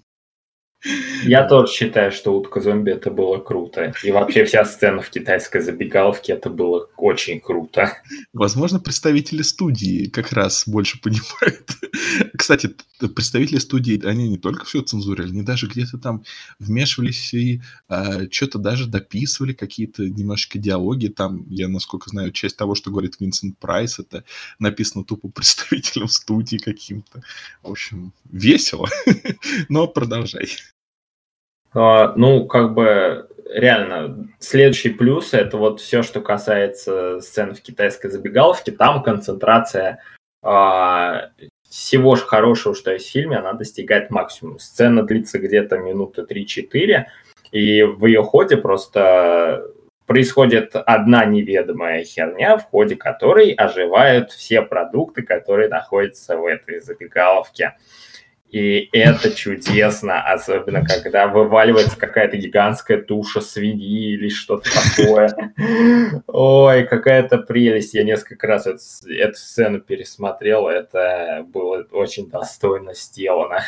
Я тоже считаю, что утка-зомби это было круто. И вообще вся сцена в китайской забегаловке это было очень круто. Возможно, представители студии как раз больше понимают. Кстати, представители студии, они не только все цензурили, они даже где-то там вмешивались и что-то даже дописывали, какие-то немножечко диалоги. Там, я насколько знаю, часть того, что говорит Винсент Прайс, это написано тупо представителем студии каким-то. В общем, весело. Но продолжай. Ну, как бы, реально, следующий плюс – это вот все, что касается сцен в китайской забегаловке. Там концентрация всего же хорошего, что есть в фильме, она достигает максимума. Сцена длится где-то минуты 3-4, и в ее ходе просто происходит одна неведомая херня, в ходе которой оживают все продукты, которые находятся в этой забегаловке. И это чудесно, особенно когда вываливается какая-то гигантская туша свиньи или что-то такое. Ой, какая-то прелесть. Я несколько раз эту сцену пересмотрел, это было очень достойно сделано.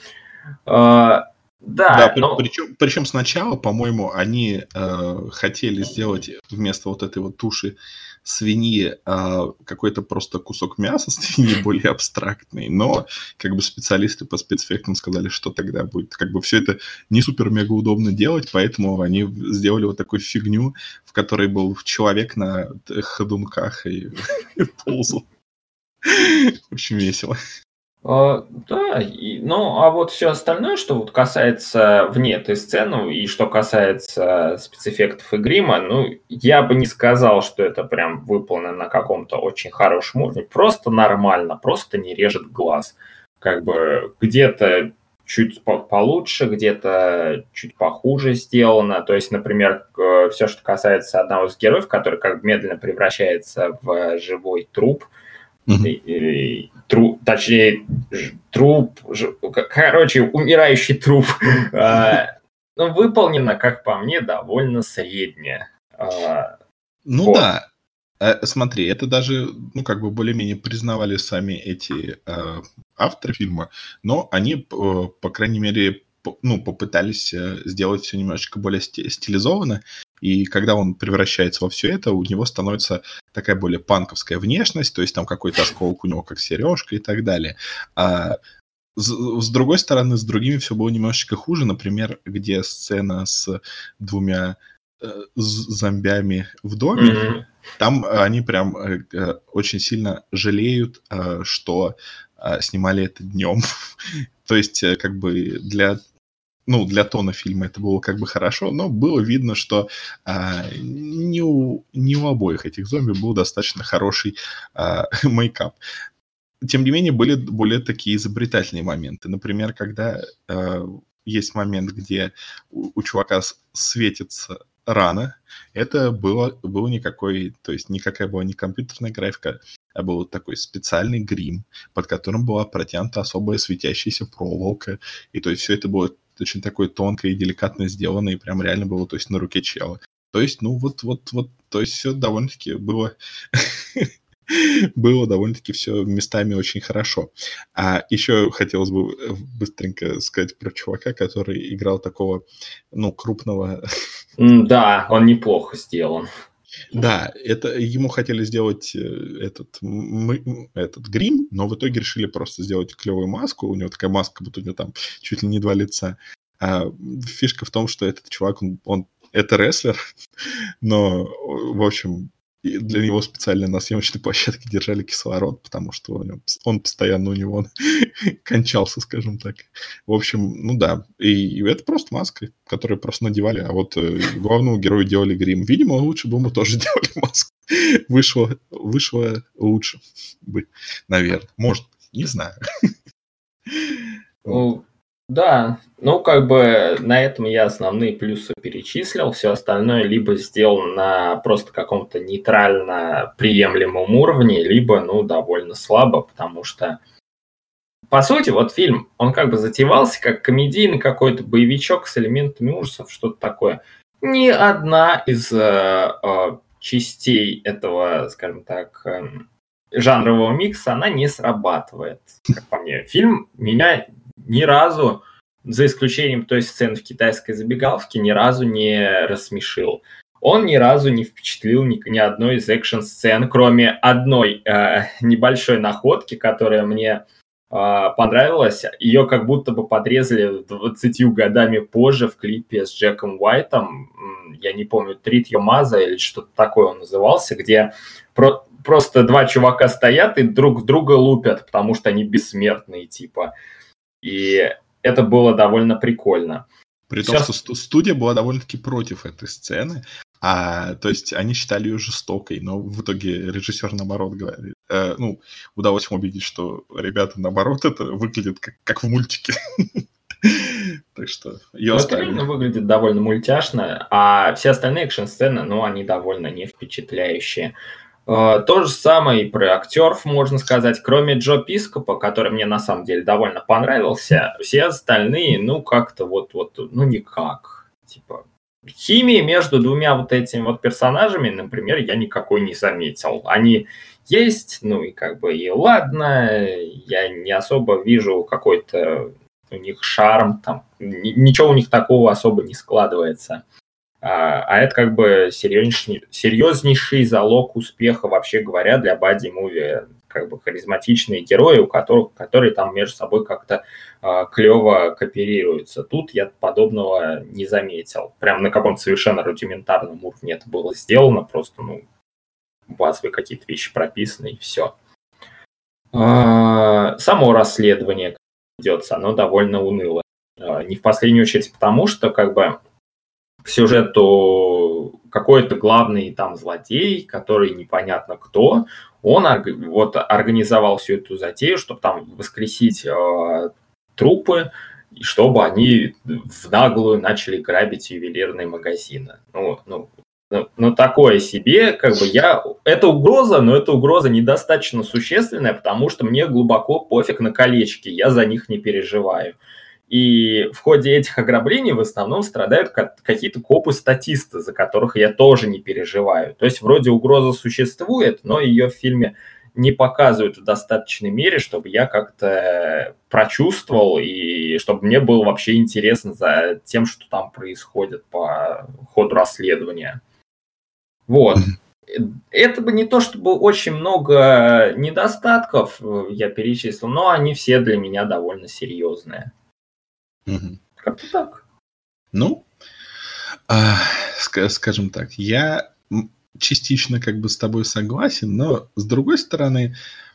Да, причем сначала, по-моему, они хотели сделать вместо вот этой вот туши свиньи какой-то просто кусок мяса свиньи более абстрактный, но как бы специалисты по спецэффектам сказали, что тогда будет как бы все это не супер-мега удобно делать, поэтому они сделали вот такую фигню, в которой был человек на ходунках и ползал. Очень весело. Да, ну, а вот все остальное, что вот касается вне этой сцены и что касается спецэффектов и грима, ну, я бы не сказал, что это прям выполнено на каком-то очень хорошем уровне. Просто нормально, просто не режет глаз. Как бы где-то чуть получше, где-то чуть похуже сделано. То есть, например, все, что касается одного из героев, который как бы медленно превращается в живой труп, точнее, труп, короче, умирающий труп, выполнено, как по мне, довольно средне. Ну вот. Да, смотри, это даже, ну, как бы более-менее признавали сами эти авторы фильма, но они, по крайней мере, ну, попытались сделать все немножечко более стилизованно, и когда он превращается во все это, у него становится такая более панковская внешность, то есть там какой-то осколок у него как сережка и так далее. А с другой стороны, с другими все было немножечко хуже, например, где сцена с двумя зомбями в доме, там они прям очень сильно жалеют, что снимали это днем. То есть как бы для тона фильма это было как бы хорошо, но было видно, что не у обоих этих зомби был достаточно хороший мейкап. Тем не менее, были более такие изобретательные моменты. Например, когда есть момент, где у чувака светится рана, это было никакой, то есть никакая была не компьютерная графика, а был такой специальный грим, под которым была протянута особая светящаяся проволока. И то есть все это было очень такое тонкое и деликатно сделано, и прям реально было, то есть на руке чела. То есть, ну вот, то есть все довольно-таки было довольно-таки все местами очень хорошо. А еще хотелось бы быстренько сказать про чувака, который играл такого, ну, крупного... Да, он неплохо сделан. Да, это ему хотели сделать этот грим, но в итоге решили просто сделать клевую маску. У него такая маска, будто у него там чуть ли не 2 лица. А фишка в том, что этот чувак, он это рестлер, но, в общем, для него специально на съемочной площадке держали кислород, потому что он постоянно у него кончался, скажем так. В общем, ну да. И это просто маска, которую просто надевали, а вот главному герою делали грим. Видимо, лучше бы ему тоже делали маску. Вышло лучше бы, наверное. Может быть, не знаю. Ну, Да, ну как бы на этом я основные плюсы перечислил, все остальное либо сделано на просто каком-то нейтрально приемлемом уровне, либо, ну, довольно слабо, потому что, по сути, вот фильм, он как бы затевался как комедийный какой-то боевичок с элементами ужасов, что-то такое. Ни одна из частей этого, скажем так, жанрового микса, она не срабатывает, как по мне. Фильм меня ни разу, за исключением той сцены в китайской забегаловке, ни разу не рассмешил. Он ни разу не впечатлил ни одной из экшн-сцен, кроме одной небольшой находки, которая мне понравилась. Ее как будто бы подрезали 20 годами позже в клипе с Джеком Уайтом. Я не помню, «Treat Your Mother» или что-то такое он назывался, где просто два чувака стоят и друг в друга лупят, потому что они бессмертные, типа. И это было довольно прикольно. При том, что студия была довольно-таки против этой сцены, то есть они считали ее жестокой, но в итоге режиссер наоборот говорит. Удалось ему убедить, что ребята наоборот это выглядит как в мультике. Так что ее оставили. Это реально выглядит довольно мультяшно, а все остальные экшн-сцены, они довольно не впечатляющие. То же самое и про актеров, можно сказать. Кроме Джо Пископа, который мне на самом деле довольно понравился, все остальные, как-то никак. Типа, химии между двумя вот этими вот персонажами, например, я никакой не заметил. Они есть, и ладно, я не особо вижу какой-то у них шарм, там, ничего у них такого особо не складывается. А это как бы серьезнейший залог успеха, вообще говоря, для бадди-муви. Как бы харизматичные герои, которые там между собой как-то клево кооперируются. Тут я подобного не заметил. Прям на каком-то совершенно рудиментарном уровне это было сделано. Просто, базовые какие-то вещи прописаны, и все. Само расследование, как ведется, оно довольно уныло. Не в последнюю очередь потому, что как бы к сюжету какой-то главный там злодей, который непонятно кто, он организовал всю эту затею, чтобы там воскресить трупы, и чтобы они в наглую начали грабить ювелирные магазины. Такое себе, как бы это угроза, но эта угроза недостаточно существенная, потому что мне глубоко пофиг на колечки, я за них не переживаю. И в ходе этих ограблений в основном страдают какие-то копы-статисты, за которых я тоже не переживаю. То есть вроде угроза существует, но ее в фильме не показывают в достаточной мере, чтобы я как-то прочувствовал и чтобы мне было вообще интересно за тем, что там происходит по ходу расследования. Вот. Это бы не то, чтобы очень много недостатков я перечислил, но они все для меня довольно серьезные. Как-то так. Скажем так, я частично как бы с тобой согласен, но с другой стороны,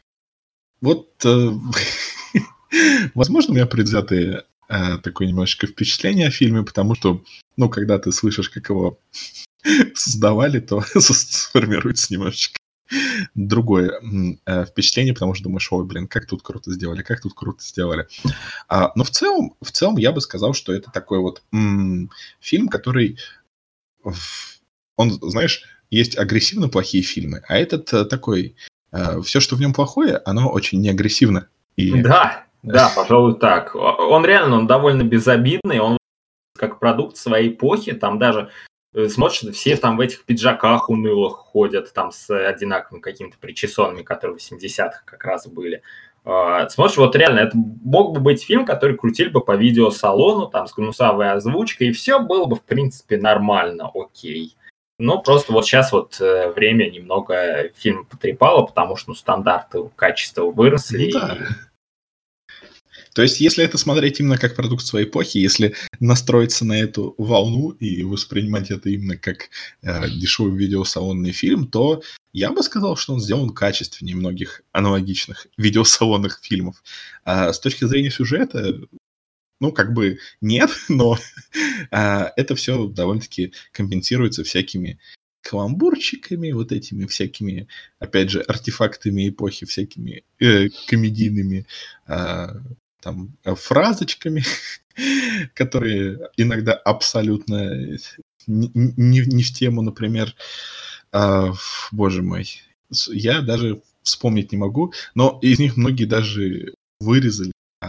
возможно, у меня предвзятое такое немножечко впечатление о фильме, потому что, когда ты слышишь, как его создавали, то сформируется немножечко другое впечатление, потому что думаешь, как тут круто сделали. Но в целом я бы сказал, что это такой вот фильм, который, он, знаешь, есть агрессивно плохие фильмы, а этот такой, все, что в нем плохое, оно очень неагрессивно. Да, пожалуй, так. Он довольно безобидный, он как продукт своей эпохи, там даже смотришь, все там в этих пиджаках унылых ходят, там с одинаковыми какими-то причесонами, которые в 80-х как раз были. Смотришь, реально, это мог бы быть фильм, который крутили бы по видеосалону, там, с гнусавой озвучкой, и все было бы, в принципе, нормально, окей. Но просто сейчас время немного фильм потрепало, потому что, стандарты качества выросли. Да. То есть, если это смотреть именно как продукт своей эпохи, если настроиться на эту волну и воспринимать это именно как дешевый видеосалонный фильм, то я бы сказал, что он сделан качественнее многих аналогичных видеосалонных фильмов. А с точки зрения сюжета, нет, но это все довольно-таки компенсируется всякими каламбурчиками, этими всякими, опять же, артефактами эпохи, всякими комедийными там фразочками, которые иногда абсолютно не в тему, например, боже мой, я даже вспомнить не могу, но из них многие даже вырезали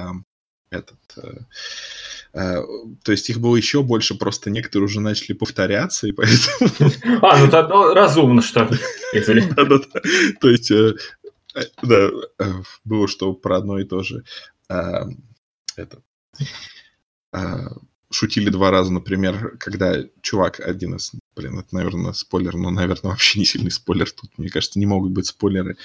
то есть их было еще больше, просто некоторые уже начали повторяться, и поэтому... Ну тогда разумно, что ли. Да-да-да. То есть, да, было, что про одно и то же. Шутили 2 раза, например, когда чувак один из... Блин, это, наверное, спойлер, но, наверное, вообще не сильный спойлер. Тут, мне кажется, не могут быть спойлеры.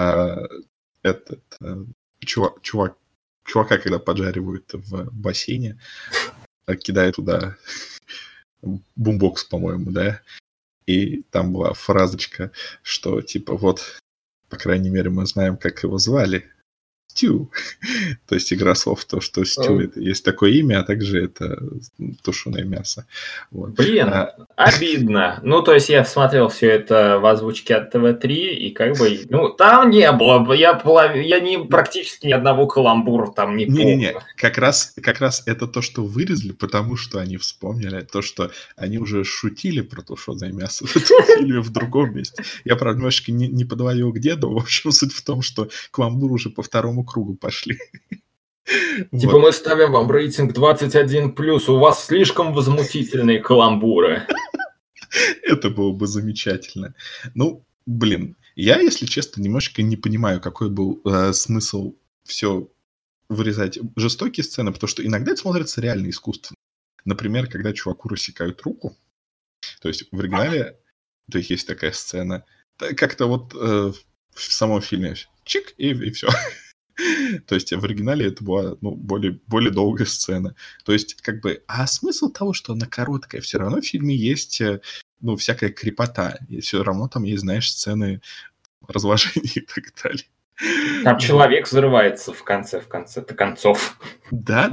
Чувака, когда поджаривают в бассейне, кидают туда бумбокс, по-моему, да, и там была фразочка, что типа вот, по крайней мере, мы знаем, как его звали. Стю. То есть игра слов, то, что стю, это есть такое имя, а также это тушеное мясо. Вот. Блин, обидно. Ну, то есть я смотрел все это в озвучке от ТВ-3, и как бы, ну, там не было, я практически ни одного каламбура там не помню. Не-не-не, как раз это то, что вырезали, потому что они вспомнили то, что они уже шутили про тушеное мясо в этом фильме в другом месте. Я, правда, немножечко не подловил где, но, в общем, суть в том, что каламбур уже по второму кругу пошли. Типа вот. Мы ставим вам рейтинг 21+, у вас слишком возмутительные каламбуры. Это было бы замечательно. Ну, блин, я, если честно, немножечко не понимаю, какой был смысл все вырезать жестокие сцены, потому что иногда это смотрится реально искусственно. Например, когда чуваку рассекают руку, то есть в оригинале, то есть такая сцена, как-то вот в самом фильме чик, и все. То есть в оригинале это была более долгая сцена. То есть как бы... А смысл того, что она короткая, все равно в фильме есть всякая крепота. И все равно там есть, знаешь, сцены разложения и так далее. Там человек взрывается в конце-то концов. Да.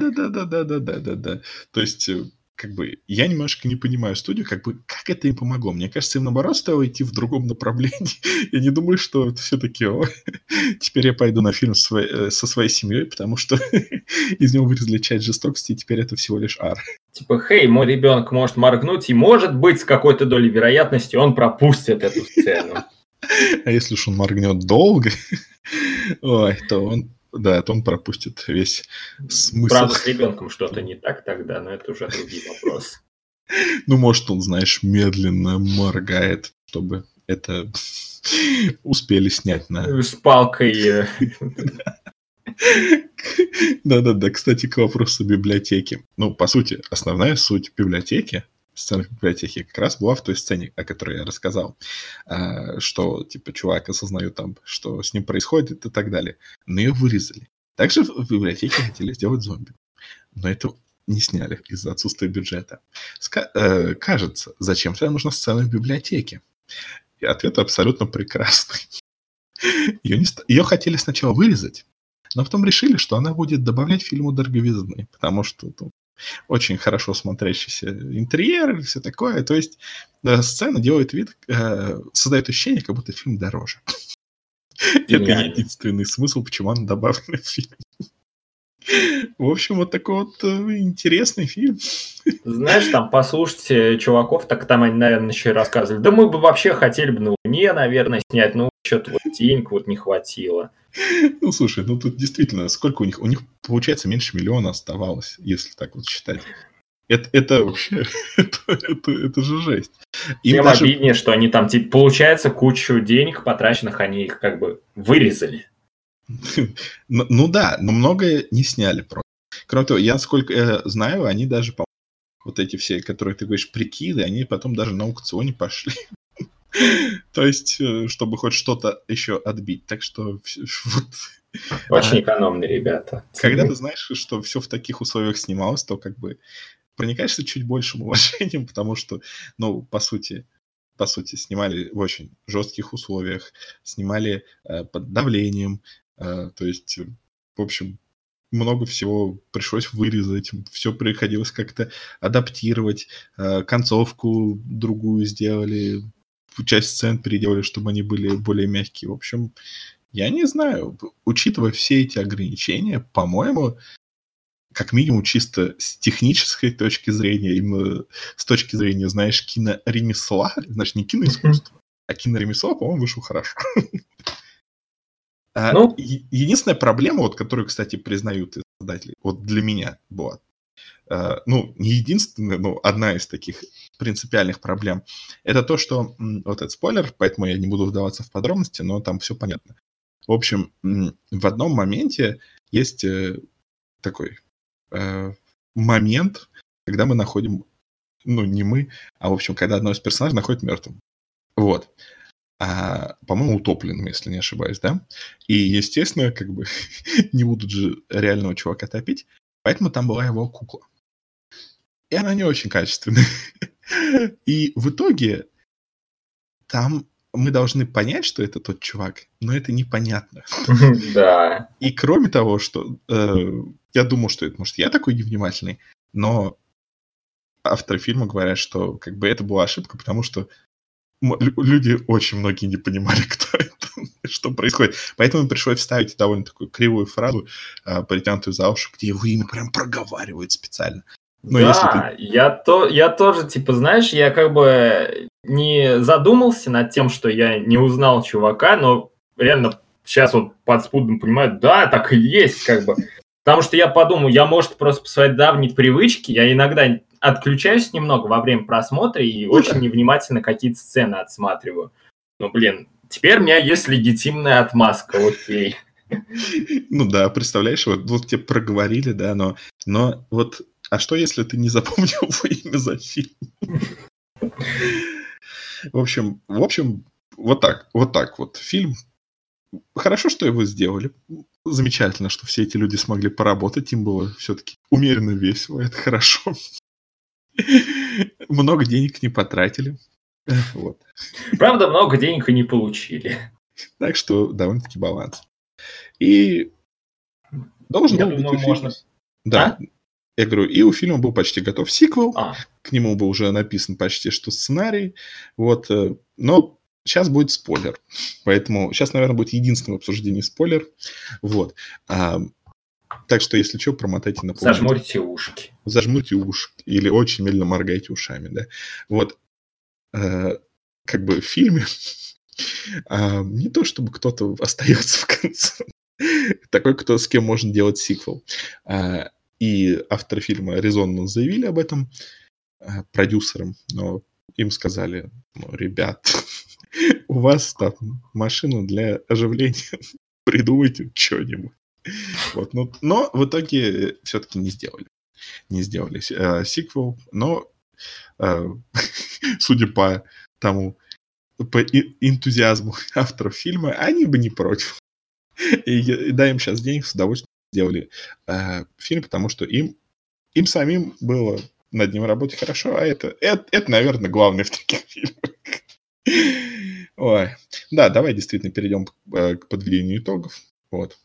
То есть... Как бы, я немножко не понимаю студию, как это им помогло. Мне кажется, им наоборот стоило идти в другом направлении. Я не думаю, что все-таки теперь я пойду на фильм со своей семьей, потому что из него вырезали часть жестокости, и теперь это всего лишь ар. Типа, хей, мой ребенок может моргнуть, и может быть с какой-то долей вероятности он пропустит эту сцену. А если уж он моргнет долго, то он пропустит весь смысл. Правда, с ребенком что-то не так тогда, но это уже другой вопрос. Ну, может, он, знаешь, медленно моргает, чтобы это успели снять на... С палкой. Да. Кстати, к вопросу библиотеки. Ну, по сути, основная суть библиотеки, сцена в библиотеке как раз была в той сцене, о которой я рассказал, что, типа, чувак осознает там, что с ним происходит и так далее. Но ее вырезали. Также в библиотеке хотели сделать зомби. Но это не сняли из-за отсутствия бюджета. Кажется, зачем тогда нужна сцена в библиотеке? И ответ абсолютно прекрасный. Ее хотели сначала вырезать, но потом решили, что она будет добавлять фильму дороговизны, потому что очень хорошо смотрящийся интерьер и все такое. То есть сцена делает вид, создает ощущение, как будто фильм дороже. Это единственный смысл, почему она добавлена в фильм. В общем, вот такой вот интересный фильм. Знаешь, там послушать чуваков, так там они, наверное, еще и рассказывали. Да мы бы вообще хотели бы на Луне, наверное, снять, но что-то вот денег вот не хватило. Ну, слушай, тут действительно, сколько у них? У них, получается, меньше миллиона оставалось, если так вот считать. Это вообще, это же жесть. Тем обиднее, что они там, типа, получается, кучу денег потраченных, они их как бы вырезали. Ну да, но многое не сняли просто. Кроме того, я, насколько знаю, они даже, вот эти все, которые ты говоришь, прикиды, они потом даже на аукционе пошли. То есть, чтобы хоть что-то еще отбить. Так что... Очень экономные ребята. Когда ты знаешь, что все в таких условиях снималось, то как бы проникаешься чуть большим уважением, потому что, по сути, снимали в очень жестких условиях, снимали под давлением, то есть, в общем, много всего пришлось вырезать, все приходилось как-то адаптировать, концовку другую сделали, часть сцен переделали, чтобы они были более мягкие. В общем, я не знаю, учитывая все эти ограничения, по-моему, как минимум чисто с технической точки зрения, именно с точки зрения, знаешь, киноремесла, значит, не киноискусства, а киноремесла, по-моему, вышло хорошо. Ну, Единственная проблема, вот, которую, кстати, признают издатели, вот для меня была, ну, не единственная, но одна из таких принципиальных проблем, это то, что, вот этот спойлер, поэтому я не буду вдаваться в подробности, но там все понятно. В общем, в одном моменте есть такой момент, когда мы находим, ну, не мы, а, в общем, когда одного из персонажей находит мертвым. Вот. По-моему, утопленным, если не ошибаюсь, да? И, естественно, как бы не будут же реального чувака топить, поэтому там была его кукла. И она не очень качественная. И в итоге там мы должны понять, что это тот чувак, но это непонятно. да. И кроме того, что я думал, что это, может, я такой невнимательный, но авторы фильма говорят, что как бы это была ошибка, потому что люди очень многие не понимали, кто это, что происходит. Поэтому им пришлось вставить довольно такую кривую фразу, притянутую за уши, где его имя прям проговаривают специально. Но да, я тоже, типа, знаешь, я как бы не задумался над тем, что я не узнал чувака, но реально сейчас вот подспудно понимаю, да, так и есть, как бы. Потому что я подумал, я, может, просто по своей давней привычке, я иногда отключаюсь немного во время просмотра и очень невнимательно какие-то сцены отсматриваю. Ну, блин, теперь у меня есть легитимная отмазка, окей. Ну да, представляешь, вот тебе проговорили, да, но вот, а что, если ты не запомнил его имя за фильм? В общем, вот так вот. Фильм. Хорошо, что его сделали. Замечательно, что все эти люди смогли поработать. Им было все-таки умеренно весело. Это хорошо. Много денег не потратили. Вот. Правда, много денег и не получили. Так что довольно-таки баланс. И должен был быть у фильма... Да, я говорю, и у фильма был почти готов сиквел. К нему был уже написан почти что сценарий. Вот. Но сейчас будет спойлер. Поэтому сейчас, наверное, будет единственное обсуждение спойлер. Вот. Так что, если что, промотайте на полную. Зажмурьте ушки. Зажмурьте ушки. Или очень медленно моргайте ушами, да. Вот. Как бы в фильме не то, чтобы кто-то остается в конце. Такой, с кем можно делать сиквел. И авторы фильма резонно заявили об этом продюсерам, но им сказали, ребят, у вас там машина для оживления, придумайте что-нибудь. Вот, но в итоге все-таки не сделали. Не сделали сиквел, но судя по тому, по энтузиазму авторов фильма, они бы не против. И дай им сейчас денег, с удовольствием сделали фильм, потому что им самим было над ним работать хорошо, а это, наверное, главное в таких фильмах. Ой. Да, давай действительно перейдем к подведению итогов. Вот.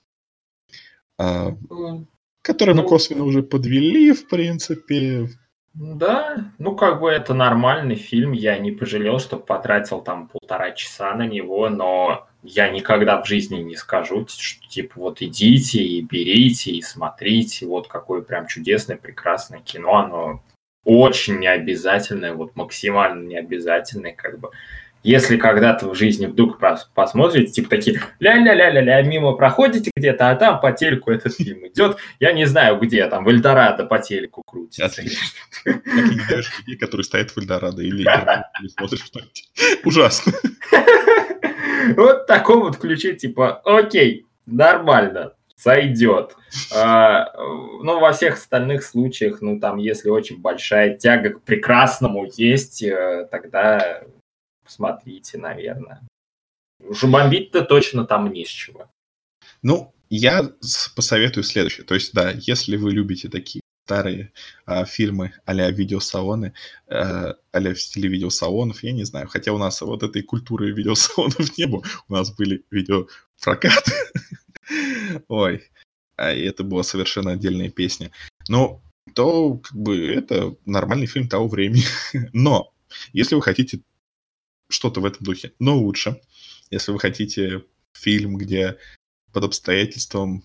Которые мы косвенно уже подвели, в принципе. Да, как бы это нормальный фильм. Я не пожалел, что потратил там 1,5 часа на него, но я никогда в жизни не скажу, что типа вот идите и берите, и смотрите, вот какое прям чудесное, прекрасное кино. Оно очень необязательное, вот максимально необязательное, как бы. Если когда-то в жизни вдруг посмотрите, типа такие ля-ля-ля-ля-ля, мимо проходите где-то, а там по телеку этот фильм идет. Я не знаю, где там, в Эльдорадо по телеку крутится. Как не знаешь людей, которые стоят в Эльдорадо или смотришь что-нибудь. Ужасно. Вот в таком вот ключе, типа, окей, нормально, сойдет. Во всех остальных случаях, там, если очень большая тяга к прекрасному есть, тогда... Смотрите, наверное. Уже бомбить-то точно там не с чего. Я посоветую следующее. То есть, да, если вы любите такие старые фильмы а-ля видеосалоны, а-ля в стиле видеосалонов, я не знаю. Хотя у нас вот этой культуры видеосалонов не было. У нас были видеопрокаты. Ой, и это была совершенно отдельная песня. То, как бы, это нормальный фильм того времени. Но, если вы хотите что-то в этом духе, но лучше. Если вы хотите фильм, где под обстоятельством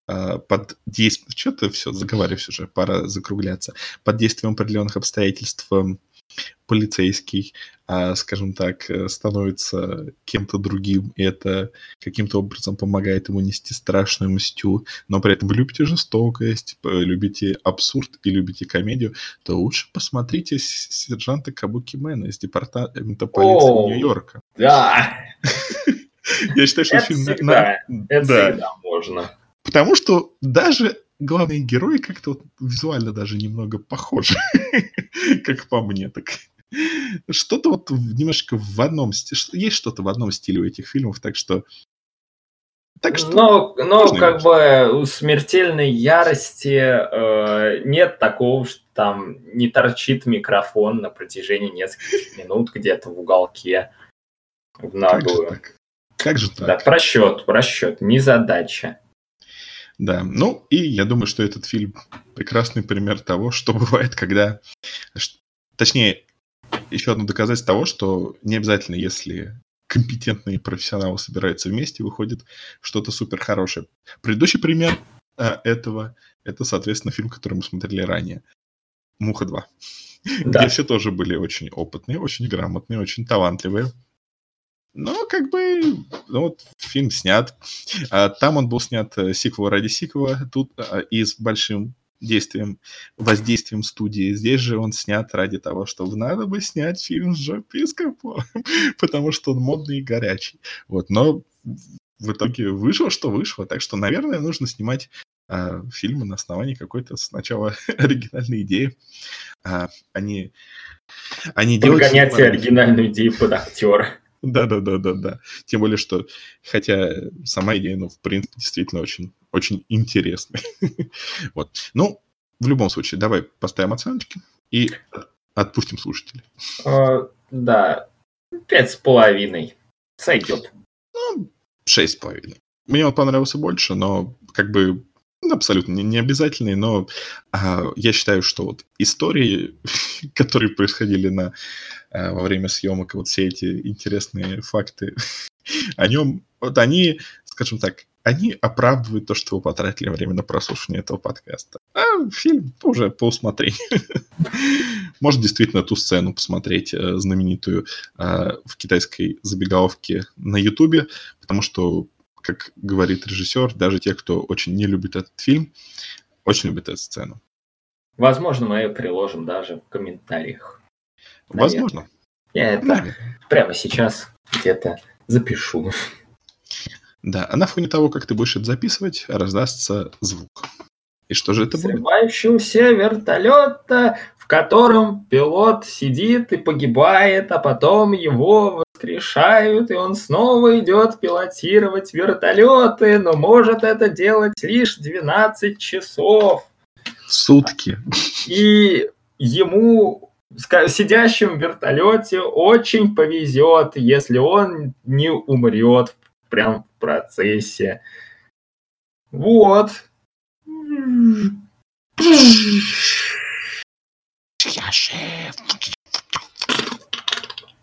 под действием... Что-то все, заговариваюсь уже, пора закругляться. Под действием определенных обстоятельств полицейский, скажем так, становится кем-то другим, и это каким-то образом помогает ему нести страшную мстью, но при этом вы любите жестокость, любите абсурд и любите комедию, то лучше посмотрите «Сержанта Кабукимена» из департамента полиции Нью-Йорка. Да! Я считаю, что Это фильм... всегда можно. Потому что даже главные герои как-то вот визуально даже немного похожи, как по мне, так. Что-то вот немножко в одном стиле, есть что-то в одном стиле у этих фильмов, так что... Но как бы у «Смертельной ярости» нет такого, что там не торчит микрофон на протяжении нескольких минут где-то в уголке в наглую. Как же так? Да, просчет, незадача. Да, ну и я думаю, что этот фильм прекрасный пример того, что бывает, когда... Точнее, еще одно доказательство того, что не обязательно, если компетентные профессионалы собираются вместе, выходит что-то супер хорошее. Предыдущий пример этого, это, соответственно, фильм, который мы смотрели ранее. «Муха 2». Да. Где все тоже были очень опытные, очень грамотные, очень талантливые. Но как бы вот фильм снят. Там он был снят сиквел ради сиквела, тут и с большим воздействием студии. Здесь же он снят ради того, что надо бы снять фильм с Джо Пискополом, потому что он модный и горячий. Вот, но в итоге вышло, что вышло. Так что, наверное, нужно снимать фильмы на основании какой-то сначала оригинальной идеи. Они делают... Подгонять оригинальную идею под актера. Да. Тем более, что, хотя сама идея, в принципе, действительно очень, очень интересная. Вот. Ну, в любом случае, давай поставим оценочки и отпустим слушателей. Да, 5,5. Сойдет. 6,5. Мне он понравился больше, но как бы абсолютно не обязательный, но я считаю, что вот истории, которые происходили во время съемок, вот все эти интересные факты о нем, вот они, скажем так, они оправдывают то, что вы потратили время на прослушивание этого подкаста. А фильм уже по усмотрению. Может, действительно, ту сцену посмотреть знаменитую в китайской забегаловке на Ютубе, потому что, как говорит режиссер, даже те, кто очень не любит этот фильм, очень любят эту сцену. Возможно, мы ее приложим даже в комментариях. Возможно. Я это прямо сейчас где-то запишу. Да, а на фоне того, как ты будешь это записывать, раздастся звук. И что же это будет? Взрывающегося вертолета, в котором пилот сидит и погибает, а потом его воскрешают, и он снова идет пилотировать вертолеты, но может это делать лишь 12 часов. В сутки. И ему, сидящему в вертолете, очень повезет, если он не умрет прямо в процессе. Вот. Я шеф.